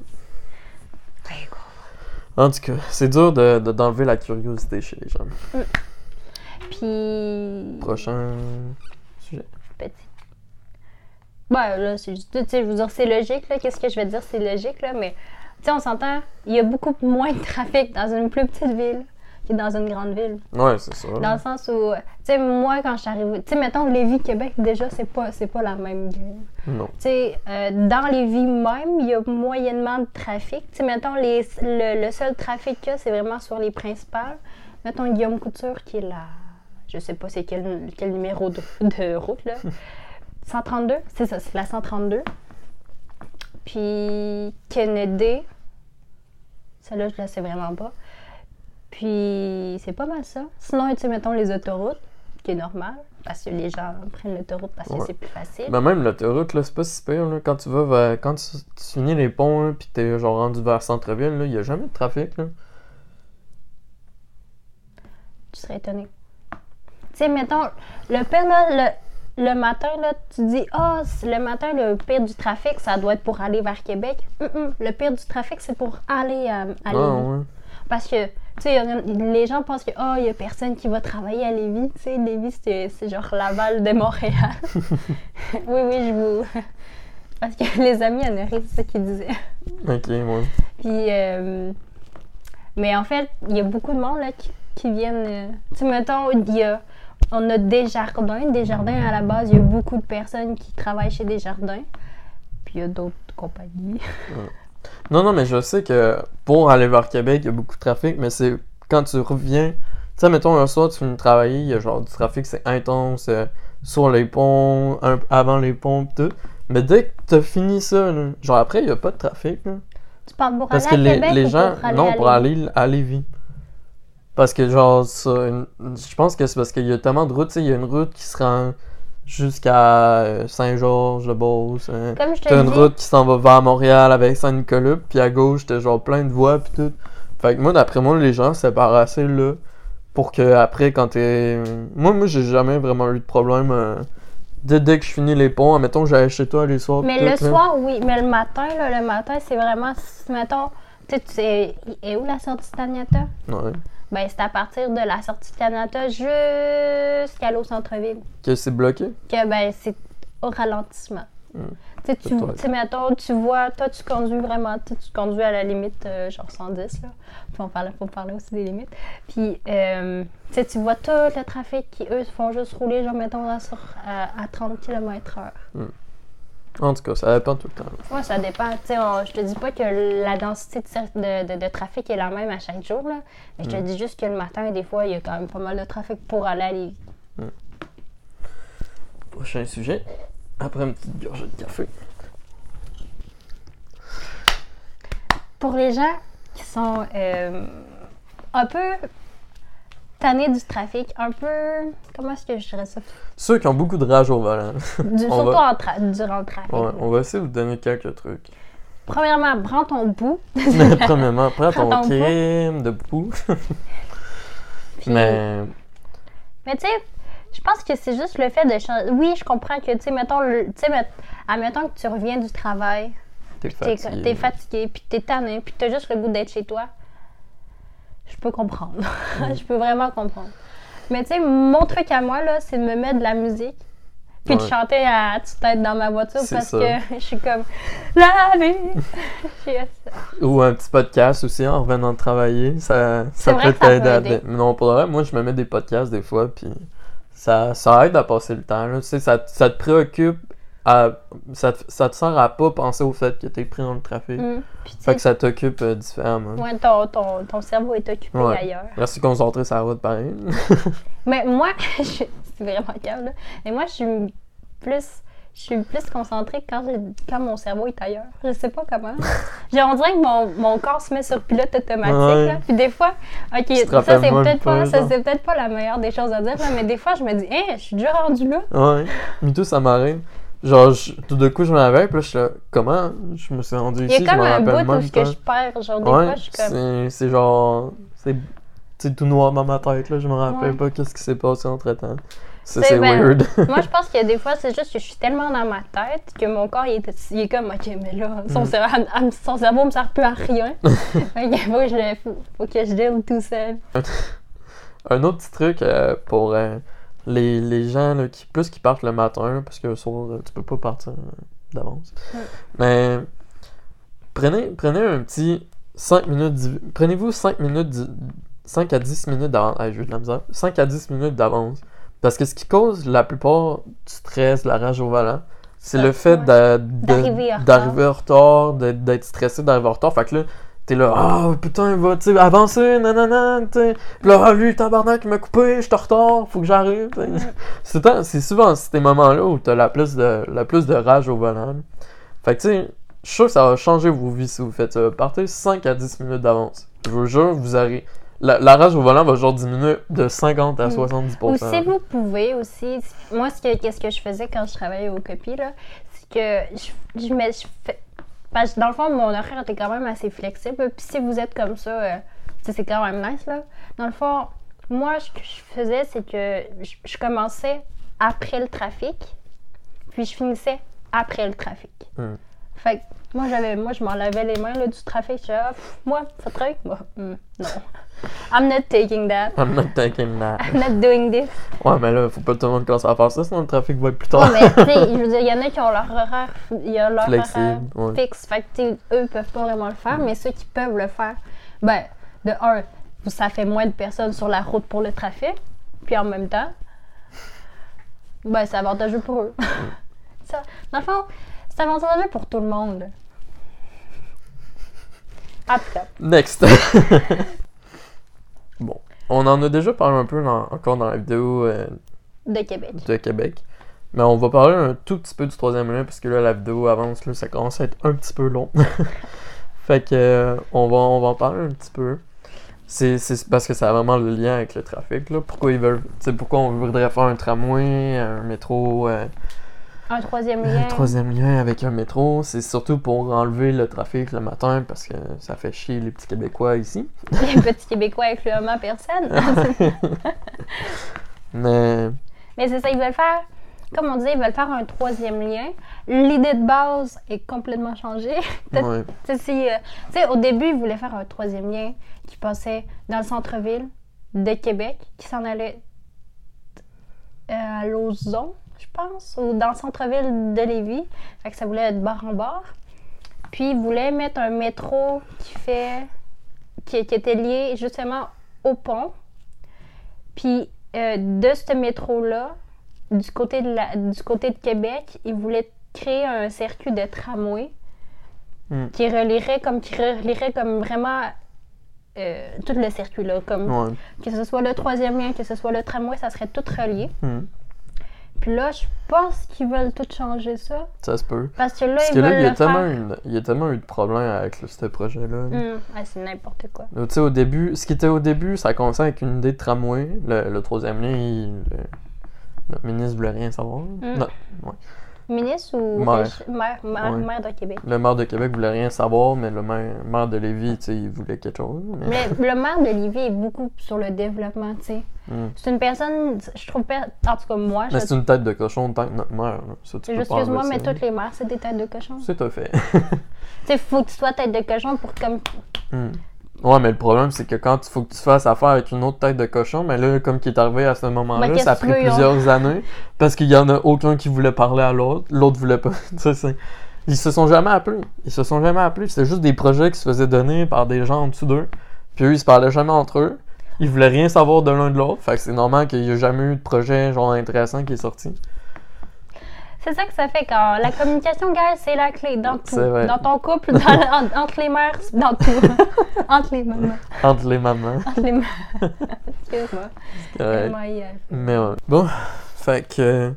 En tout cas, c'est dur de, de- d'enlever la curiosité chez les gens. Puis... Prochain sujet. Petit. Ben là, c'est juste, tu sais, je veux dire, c'est logique, là. Qu'est-ce que je vais dire, c'est logique, là, mais... Tu sais, on s'entend, il y a beaucoup moins de trafic dans une plus petite ville que dans une grande ville. Ouais, c'est ça. Dans le sens où, tu sais, moi, quand je suis arrivée... Tu sais, mettons, Lévis, Québec, déjà, c'est pas, c'est pas la même ville. Non. Tu sais, euh, dans Lévis même, il y a moyennement de trafic. Tu sais, mettons, les, le, le seul trafic qu'il y a, c'est vraiment sur les principales. Mettons, Guillaume Couture, qui est la... Je sais pas c'est quel, quel numéro de, de route, là. cent trente-deux, c'est ça, c'est la cent trente-deux. Puis Kennedy, celle-là, je la sais vraiment pas. Puis c'est pas mal ça. Sinon, tu sais, mettons les autoroutes, qui est normal, parce que les gens prennent l'autoroute parce que Ouais. c'est plus facile. Ben même l'autoroute, là, c'est pas si pire, là. Quand tu vas vers... Quand tu, tu finis les ponts, là, pis t'es genre rendu vers centre-ville, là, y a jamais de trafic, là. Tu serais étonné. Tu sais, mettons, le pire, là, le, le matin, là, tu dis, ah, oh, le matin, le pire du trafic, ça doit être pour aller vers Québec. Mm-mm, le pire du trafic, c'est pour aller à, à Lévis. Ah, ouais. Parce que, tu sais, y a- les gens pensent que, oh, il y a personne qui va travailler à Lévis. Tu sais, Lévis, c'est, c'est genre Laval de Montréal. oui, oui, je vous. Parce que les amis en Henri, c'est ça qu'ils disaient. Ok, ouais. Puis, euh, mais en fait, il y a beaucoup de monde là, qui, qui viennent. euh, tu sais, mettons, il y a, on a Desjardins. Desjardins, à la base, il y a beaucoup de personnes qui travaillent chez Desjardins. Puis il y a d'autres compagnies. Non, non, mais je sais que pour aller vers Québec, il y a beaucoup de trafic, mais c'est quand tu reviens. Tu sais, mettons, un soir, tu finis de travailler, il y a genre du trafic, c'est intense, euh, sur les ponts, un- avant les ponts, pis tout. Mais dès que t'as fini ça, là, genre après, il n'y a pas de trafic, là. Tu parles pour Parce aller que à les, Québec les ou gens. pour aller non, à pour Lévis? aller à Lévis. Parce que, genre, ça, une- je pense que c'est parce qu'il y a tellement de routes, tu sais, il y a une route qui se rend jusqu'à euh, Saint-Georges-de-Beauce. Hein. Comme je te T'as une dis, route qui s'en va vers Montréal avec Saint-Nicolas, puis à gauche, t'as genre plein de voies, puis tout. Fait que moi, d'après moi, les gens se séparent assez là pour que après, quand t'es. Moi, moi j'ai jamais vraiment eu de problème. Euh... Dès, dès que je finis les ponts, admettons que j'allais chez toi les soirs. Mais tout, le là. soir, oui. Mais le matin, là, le matin, c'est vraiment. Mettons, tu sais, tu sais, est où la sortie de Taniata? Ouais. Ben, c'est à partir de la sortie de Taniata jusqu'à l'au centre-ville. Que c'est bloqué? Que, ben, c'est au ralentissement. Mm. Tu sais, tu sais, mettons, tu vois, toi, tu conduis vraiment, tu conduis à la limite, euh, genre cent dix, là. Puis on parle, faut parler aussi des limites. Puis, euh, tu sais, tu vois tout le trafic qui, eux, font juste rouler, genre, mettons, là, sur, à, à trente kilomètres heure. Mm. En tout cas, ça dépend tout le temps. Ouais, ça dépend. Tu sais, je te dis pas que la densité de, de, de, de trafic est la même à chaque jour, là. Mais je te mm. dis juste que le matin, des fois, il y a quand même pas mal de trafic pour aller à Lévis. Mm. Prochain sujet. Après une petite gorgée de café. Pour les gens qui sont euh, un peu tannés du trafic, un peu... Comment est-ce que je dirais ça? Ceux qui ont beaucoup de rage au volant. Du, surtout va... en tra- durant le trafic. Ouais, on va essayer de vous donner quelques trucs. Premièrement, prends ton bout. Premièrement, prends, prends ton, ton crème de bout. Puis... Mais... Mais tu sais... Je pense que c'est juste le fait de changer. Oui, je comprends que, tu sais, mettons, tu sais, met... admettons que tu reviens du travail, t'es fatigué, t'es, t'es fatigué, puis t'es tanné, puis t'as juste le goût d'être chez toi. Je peux comprendre. Mm. Je peux vraiment comprendre. Mais tu sais, mon truc à moi, là, c'est de me mettre de la musique, puis ouais. de chanter à tue-tête dans ma voiture c'est parce ça. Que je suis comme la vie. Ou un petit podcast aussi en revenant de travailler, ça, ça peut t'aider à. Des... Non, pour vrai, moi, je me mets des podcasts des fois, puis. Ça, ça aide à passer le temps. Là. Tu sais, ça, ça te préoccupe, à, ça, te, ça te sert à pas penser au fait que t'es pris dans le trafic. Mmh. Puis, fait que ça t'occupe euh, différemment. Ouais, ton, ton, ton cerveau est occupé ouais. ailleurs. Reste concentré sur la route, pareil. Mais moi, je, c'est vraiment calme, là. Mais moi, je suis plus... Je suis plus concentrée quand, je, quand mon cerveau est ailleurs. Je sais pas comment. Genre, on dirait que mon, mon corps se met sur pilote automatique. Ouais. Là. Puis des fois, ok, ça c'est peut-être pas, ça c'est peut-être pas la meilleure des choses à dire, là, mais des fois je me dis, hé, hey, je suis déjà rendue là. Ouais. Mais tout ça m'arrive. Genre, je, tout d'un coup, je me réveille, puis là, je suis là, comment je me suis rendu ici? Il y a comme un bout où que je perds. Genre, des ouais, fois, je suis comme. C'est, c'est genre. C'est, c'est tout noir dans ma tête, là. Je me rappelle ouais. pas qu'est-ce qui s'est passé entre temps. Ça, c'est, c'est ben, weird. Moi, je pense que des fois, c'est juste que je suis tellement dans ma tête que mon corps, il est, il est comme, OK, mais là, son, mm. cerveau, son cerveau me sert plus à rien. Il faut, que je, faut, faut que je deal tout seul. Un autre petit truc euh, pour euh, les, les gens là, qui plus qui partent le matin, parce que le soir, tu peux pas partir euh, d'avance. Mm. Mais prenez, prenez un petit cinq minutes, dix, prenez-vous cinq minutes, cinq à dix minutes d'avance. Ah, j'ai eu de la misère. cinq à dix minutes d'avance. Parce que ce qui cause la plupart du stress, de la rage au volant, c'est ça, le fait ouais. de, de, d'arriver, en d'arriver en retard, de, d'être stressé d'arriver en retard. Fait que là, t'es là, ah oh, putain, il va avancer, nanana, t'sais. Puis là, ah, lui, tabarnak, il m'a coupé, je suis en retard, faut que j'arrive. Ouais. C'est, temps, c'est souvent ces moments-là où t'as la plus de, la plus de rage au volant. Fait que tu sais, je suis sûr que ça va changer vos vies si vous faites ça. Partez cinq à dix minutes d'avance. Je vous jure, vous arrivez. La, la rage au volant va genre diminuer de cinquante à soixante-dix pour cent. Ou si vous pouvez aussi, moi ce que, qu'est-ce que je faisais quand je travaillais au copie, là, c'est que je, je, mets, je fais, parce que dans le fond mon horaire était quand même assez flexible, puis si vous êtes comme ça, euh, c'est quand même nice là. Dans le fond, moi ce que je faisais c'est que je, je commençais après le trafic, puis je finissais après le trafic. Mm. Fait que moi, j'avais, moi, je m'en lavais les mains là, du trafic. Je disais, ah, moi, ça truc, moi, mm, non. I'm not taking that. I'm not taking that. I'm not doing this. Ouais, mais là, faut pas que tout le monde commence à faire ça, sinon le trafic va être plus tard. Ouais, mais tu sais, je veux dire, il y en a qui ont leur horaire, il y a leur flexible, horaire ouais. fixe. Fait que, eux, peuvent pas vraiment le faire, mm. mais ceux qui peuvent le faire, ben, de un, ça fait moins de personnes sur la route pour le trafic, puis en même temps, ben, c'est avantageux pour eux. Ça, dans le fond, c'est avantageux pour tout le monde. En tout cas. Next. Bon, on en a déjà parlé un peu dans, encore dans la vidéo euh, de Québec. De Québec. Mais on va parler un tout petit peu du troisième lien parce que là, la vidéo avance, là, ça commence à être un petit peu long. Fait que euh, on, va, on va en parler un petit peu. C'est, c'est parce que ça a vraiment le lien avec le trafic. Là. Pourquoi ils veulent. Pourquoi on voudrait faire un tramway, un métro. Euh, Un troisième lien. Un troisième lien avec un métro, c'est surtout pour enlever le trafic le matin parce que ça fait chier les petits Québécois ici. Les petits Québécois incluant ma personne. Mais... Mais c'est ça, ils veulent faire, comme on disait, ils veulent faire un troisième lien. L'idée de base est complètement changée. Ouais. Tu sais, si, euh, tu sais, au début, ils voulaient faire un troisième lien qui passait dans le centre-ville de Québec, qui s'en allait euh, à Lauson, je pense, ou dans le centre-ville de Lévis. Fait que ça voulait être bar en bar. Puis ils voulaient mettre un métro qui fait qui, qui était lié justement au pont. Puis euh, de ce métro-là, du côté de la, du côté de Québec, ils voulaient créer un circuit de tramway mm. qui relierait comme qui relierait comme vraiment euh, tout le circuit là, comme ouais. que ce soit le troisième lien, que ce soit le tramway, ça serait tout relié. Mm. Puis là, je pense qu'ils veulent tout changer ça. Ça se peut. Parce que là, Parce ils que là, veulent il y a le tellement faire... une, il y a tellement eu de problèmes avec le, ce projet-là. Mmh. Ah, c'est n'importe quoi. Tu sais, au début, ce qui était au début, ça a commencé avec une idée de tramway. Le, le troisième lien, il, le, notre ministre voulait rien savoir. Mmh. Non, ouais. Ministre ou maire. Maire, maire, Ouais. maire de Québec. Le maire de Québec voulait rien savoir, mais le maire, maire de Lévis, tu sais, il voulait quelque chose. Mais, mais le maire de Lévis est beaucoup sur le développement, tu sais. Mm. C'est une personne, je trouve, en tout cas moi... Mais je... c'est une tête de cochon tant que notre maire. Là. Ça, tu peux pas Excuse-moi, mais ça. toutes les maires, c'est des têtes de cochon. C'est tout fait. Tu sais, faut que tu sois tête de cochon pour comme... Mm. Ouais, mais le problème, c'est que quand il faut que tu fasses affaire avec une autre tête de cochon, mais là, comme qui est arrivé à ce moment-là, ben, ça a pris plusieurs on... années, parce qu'il y en a aucun qui voulait parler à l'autre, l'autre voulait pas. c'est... Ils se sont jamais appelés. Ils se sont jamais appelés. C'était juste des projets qui se faisaient donner par des gens en dessous d'eux. Puis eux, ils se parlaient jamais entre eux. Ils voulaient rien savoir de l'un de l'autre. Fait que c'est normal qu'il y ait jamais eu de projet genre intéressant qui est sorti. C'est ça que ça fait quand la communication, gars, c'est la clé dans tout. Vrai. Dans ton couple, dans, en, entre les mères, dans tout. Entre les mamans. Entre les mamans. Entre les mamans. Excuse-moi. Ouais. My, uh... Mais ouais. Bon, fait que...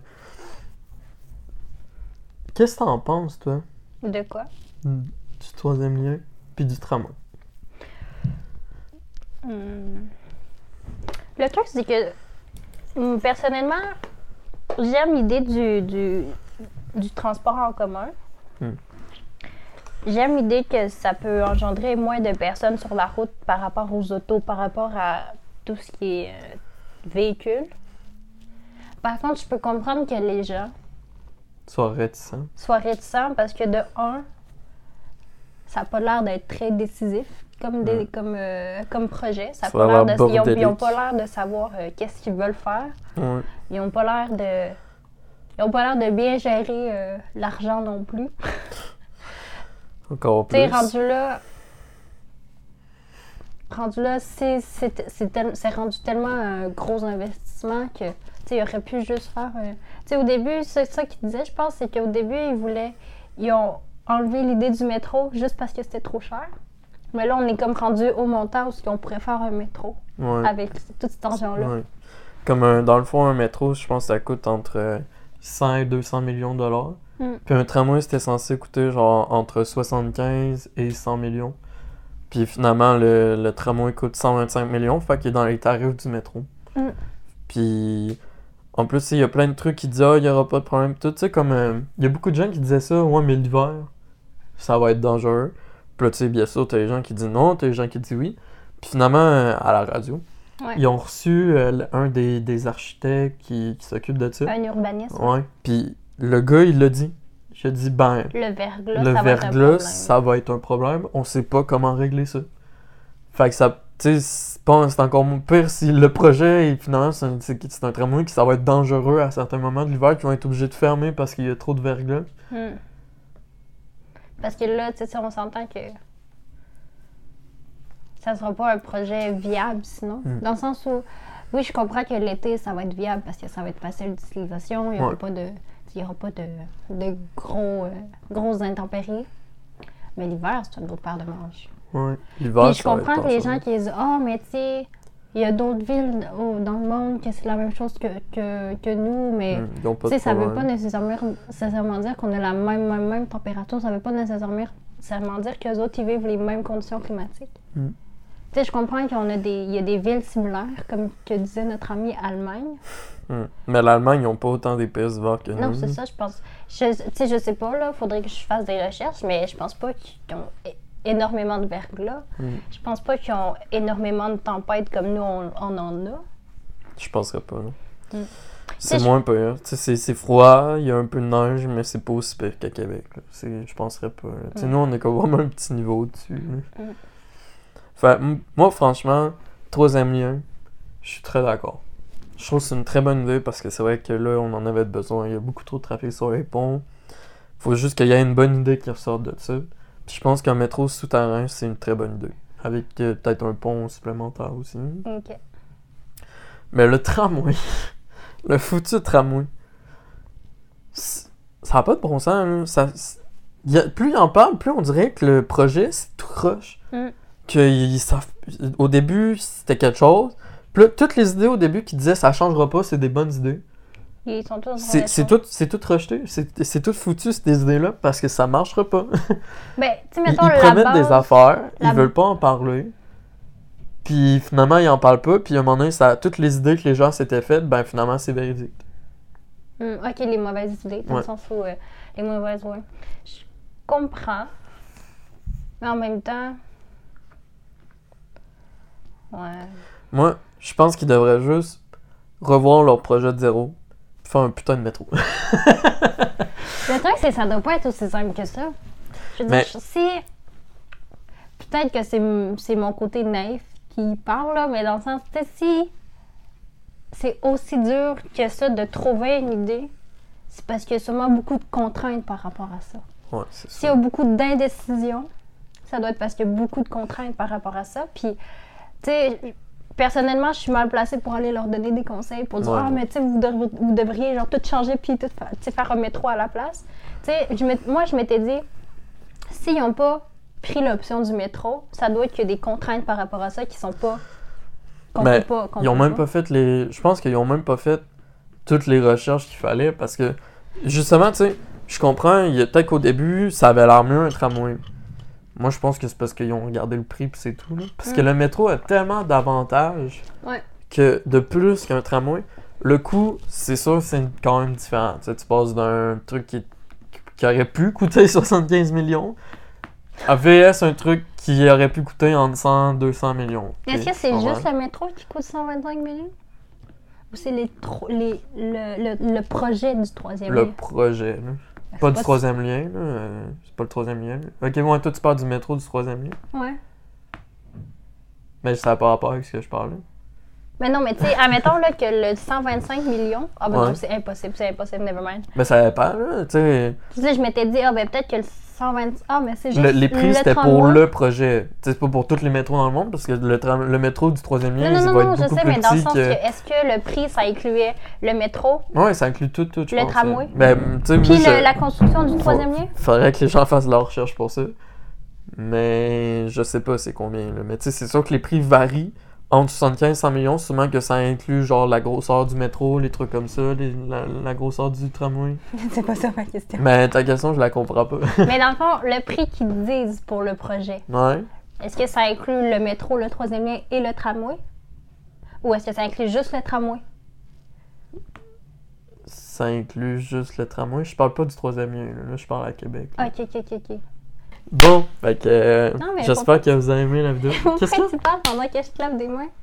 Qu'est-ce que t'en penses, toi? De quoi? Du troisième lien, puis du tramway. Hmm. Le truc, c'est que, personnellement, j'aime l'idée du, du, du transport en commun. Hmm. J'aime l'idée que ça peut engendrer moins de personnes sur la route par rapport aux autos, par rapport à tout ce qui est euh, véhicule. Par contre, je peux comprendre que les gens soient réticents. Soient réticents parce que, de un, ça n'a pas l'air d'être très décisif comme, des, hmm. comme, euh, comme projet. Ça a pas l'air de, ils n'ont pas l'air de savoir euh, qu'est-ce qu'ils veulent faire. Ouais. Ils n'ont pas l'air de... Ils ont pas l'air de bien gérer euh, l'argent non plus. Encore plus. Tu sais, rendu là... Rendu là, c'est, c'est, c'est, tel, c'est rendu tellement un gros investissement que, tu sais, il aurait pu juste faire... Euh... Tu sais, au début, c'est ça qu'ils disaient, je pense, c'est qu'au début, ils voulaient... Ils ont enlevé l'idée du métro juste parce que c'était trop cher. Mais là, on est comme rendu au montant où on pourrait faire un métro. Ouais. Avec tout cet argent-là. Ouais. Comme un, dans le fond, un métro, je pense que ça coûte entre cent et deux cents millions de dollars. Mm. Puis un tramway, c'était censé coûter genre entre soixante-quinze et cent millions. Puis finalement, le, le tramway coûte cent vingt-cinq millions, fait qu'il est dans les tarifs du métro. Mm. Puis en plus, il y a plein de trucs qui disent « Ah, il n'y aura pas de problème. » Tu sais, comme... Euh, il y a beaucoup de gens qui disaient ça « Ouais, mais l'hiver, ça va être dangereux. » Puis là, tu sais, bien sûr, t'as des gens qui disent non, t'as des gens qui disent oui. Puis finalement, euh, à la radio, ouais. ils ont reçu euh, un des, des architectes qui, qui s'occupe de ça. Un urbaniste. Ouais. Puis le gars, il l'a dit. Il a dit, ben... Le verglas, le ça, verglas va être un problème. ça va être un problème. On sait pas comment régler ça. Fait que ça... Tu sais, c'est encore pire si le projet, finalement, c'est un, c'est, c'est un tramway qui ça va être dangereux à certains moments de l'hiver, qui vont être obligés de fermer parce qu'il y a trop de verglas. Hmm. Parce que là, tu sais, on s'entend que ça sera pas un projet viable sinon. Mm. Dans le sens où, oui, je comprends que l'été, ça va être viable parce que ça va être facile d'utilisation. Il n'y aura, ouais. pas de, il y aura pas de, de gros, euh, grosses intempéries. Mais l'hiver, c'est une autre paire de manches. Oui, l'hiver, Puis je comprends que les gens qui disent « Ah, oh, mais tu sais, il y a d'autres villes oh, dans le monde que c'est la même chose que, que, que nous, mais mmh, tu sais, ça veut pas nécessairement, nécessairement dire qu'on a la même, même, même température, ça veut pas nécessairement, nécessairement dire qu'eux autres, ils vivent les mêmes conditions climatiques. Mmh. Tu sais, je comprends qu'il y a des, il y a des villes similaires, comme que disait notre ami Allemagne. Mm. Mais l'Allemagne, ils n'ont pas autant d'épaisse d'hiver que nous. Non, c'est ça, je pense. Je, tu sais, je sais pas, là, faudrait que je fasse des recherches, mais je pense pas qu'ils ont é- énormément de verglas. Mm. Je pense pas qu'ils ont énormément de tempêtes comme nous, on, on en a. Je penserais pas, là. Mm. C'est T'sais, moins pire. Tu sais, c'est, c'est froid, il y a un peu de neige, mais c'est pas aussi pire qu'à Québec, là. C'est, je penserais pas, là. Tu sais, Mm. nous, on est comme vraiment un petit niveau dessus, là. Mm. Fait, m- moi, franchement, troisième lien, je suis très d'accord. Je trouve que c'est une très bonne idée parce que c'est vrai que là, on en avait besoin. Il y a beaucoup trop de trafic sur les ponts. Faut juste qu'il y ait une bonne idée qui ressorte de ça. Puis je pense qu'un métro souterrain, c'est une très bonne idée. Avec euh, peut-être un pont supplémentaire aussi. OK. Mais le tramway, le foutu tramway, c'est- ça n'a pas de bon sens. Là. Ça, c'est- il y a- plus il en parle, plus on dirait que le projet, c'est tout croche. Mm. Que ils savent- au début, c'était quelque chose. Puis là, toutes les idées au début qui disaient ça changera pas, c'est des bonnes idées. Ils sont tous C'est, c'est, tout, c'est tout rejeté. C'est, c'est tout foutu, ces idées-là, parce que ça marchera pas. Ben, tu sais, Ils, mettons, ils la promettent base... des affaires, la- ils veulent pas en parler. Puis finalement, ils en parlent pas. Puis à un moment donné, ça, toutes les idées que les gens s'étaient faites, ben finalement, c'est véridique. Hmm, OK, les mauvaises idées, dans Ouais. le sens où... euh, les mauvaises, ouais. Je comprends. Mais en même temps... Ouais. Moi, je pense qu'ils devraient juste revoir leur projet de zéro. Puis faire un putain de métro. Le truc, c'est que ça doit pas être aussi simple que ça. Je veux Mais- dire, si... Peut-être que c'est, m- c'est mon côté naïf qui parle, là, mais dans le sens, tu sais, si c'est aussi dur que ça de trouver une idée, c'est parce qu'il y a sûrement beaucoup de contraintes par rapport à ça. Ouais, c'est S'il y a ça. beaucoup d'indécision, ça doit être parce qu'il y a beaucoup de contraintes par rapport à ça. Puis, tu sais, personnellement, je suis mal placée pour aller leur donner des conseils, pour dire, Ouais. ah, mais tu sais, vous, dev- vous devriez genre tout changer puis tout fa- tu sais, faire un métro à la place. Tu sais, je m'ét- moi, je m'étais dit, s'ils n'ont pas pris l'option du métro, ça doit être qu'il y a des contraintes par rapport à ça qui sont pas. qu'on Mais peut pas. qu'on Ils ont peut même pas fait les. Je pense qu'ils ont même pas fait toutes les recherches qu'il fallait parce que, justement, tu sais, je comprends, il y a peut-être qu'au début, ça avait l'air mieux un tramway. Moi, je pense que c'est parce qu'ils ont regardé le prix pis c'est tout, là. Parce que Mm. le métro a tellement d'avantages Ouais. que de plus qu'un tramway, le coût, c'est sûr, c'est quand même différent. Tu sais, tu passes d'un truc qui, qui aurait pu coûter soixante-quinze millions à V S un truc qui aurait pu coûter entre cent et deux cents millions. Est-ce Ok, que c'est tu juste comprends? le métro qui coûte cent vingt-cinq millions? Ou c'est les, tro- les, le, le, le projet du troisième Le lien? projet, là. C'est Pas du troisième lien, là. euh, c'est pas le troisième lien. là. Ok, moi, toi, tu parles du métro du troisième lien. Ouais. Mais ça n'a pas rapport avec ce que je parlais. Mais non, mais tu sais, admettons là, que le cent vingt-cinq millions. Ah, ben Ouais. non, c'est impossible, c'est impossible, nevermind. Mais ça dépend, là. Tu sais, Tu sais, je m'étais dit, ah, ben peut-être que le cent vingt. Ah, mais c'est juste. le- les prix, le c'était pour tramway. le projet. Tu sais, c'est pas pour tous les métros dans le monde, parce que le, tram- le métro du troisième lien, Non, non, il non, va non, être je beaucoup sais, plus mais dans le petit sens que... que, est-ce que le prix, ça incluait le métro, Ouais, ça inclut tout, tout, je Le pense. tramway. hein. Ben, tu sais, puis moi, le- je- la construction du troisième lien? Faudrait que les gens fassent leur recherche pour ça. Mais je sais pas c'est combien, là. Mais tu sais, c'est sûr que les prix varient entre soixante-quinze et cent millions, sûrement que ça inclut genre la grosseur du métro, les trucs comme ça, les- la, la grosseur du tramway. C'est pas ça ma question. Mais ta question, je la comprends pas. Mais dans le fond, le prix qu'ils disent pour le projet, Ouais. est-ce que ça inclut le métro, le troisième lien et le tramway? Ou est-ce que ça inclut juste le tramway? Ça inclut juste le tramway. Je parle pas du troisième lien, là. Là, je parle à Québec. là. Ok, ok, ok, ok. Bon, fait que euh, Non, mais j'espère que vous avez aimé la vidéo. Pourquoi Qu'est-ce que tu parles pendant que je clappe des mains?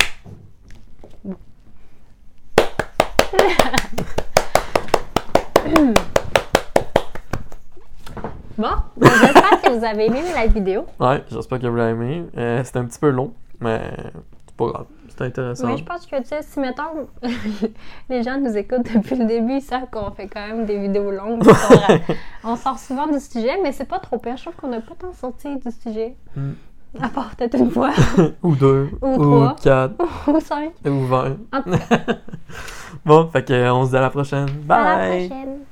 Bon, donc j'espère que vous avez aimé la vidéo. Ouais, j'espère que vous l'avez aimé. Euh, c'était un petit peu long, mais c'est pas grave. C'était intéressant. Mais je pense que, tu sais, si, mettons, les gens nous écoutent depuis le début, ils savent qu'on fait quand même des vidéos longues. puis qu'on ra- On sort souvent du sujet, mais c'est pas trop pire. Je trouve qu'on n'a pas tant sorti du sujet. Mm. À part peut-être une fois, Ou deux, Ou ou, trois. quatre, ou cinq. ou vingt. En tout cas, Bon, fait que euh, on se dit à la prochaine. à la Bye! prochaine.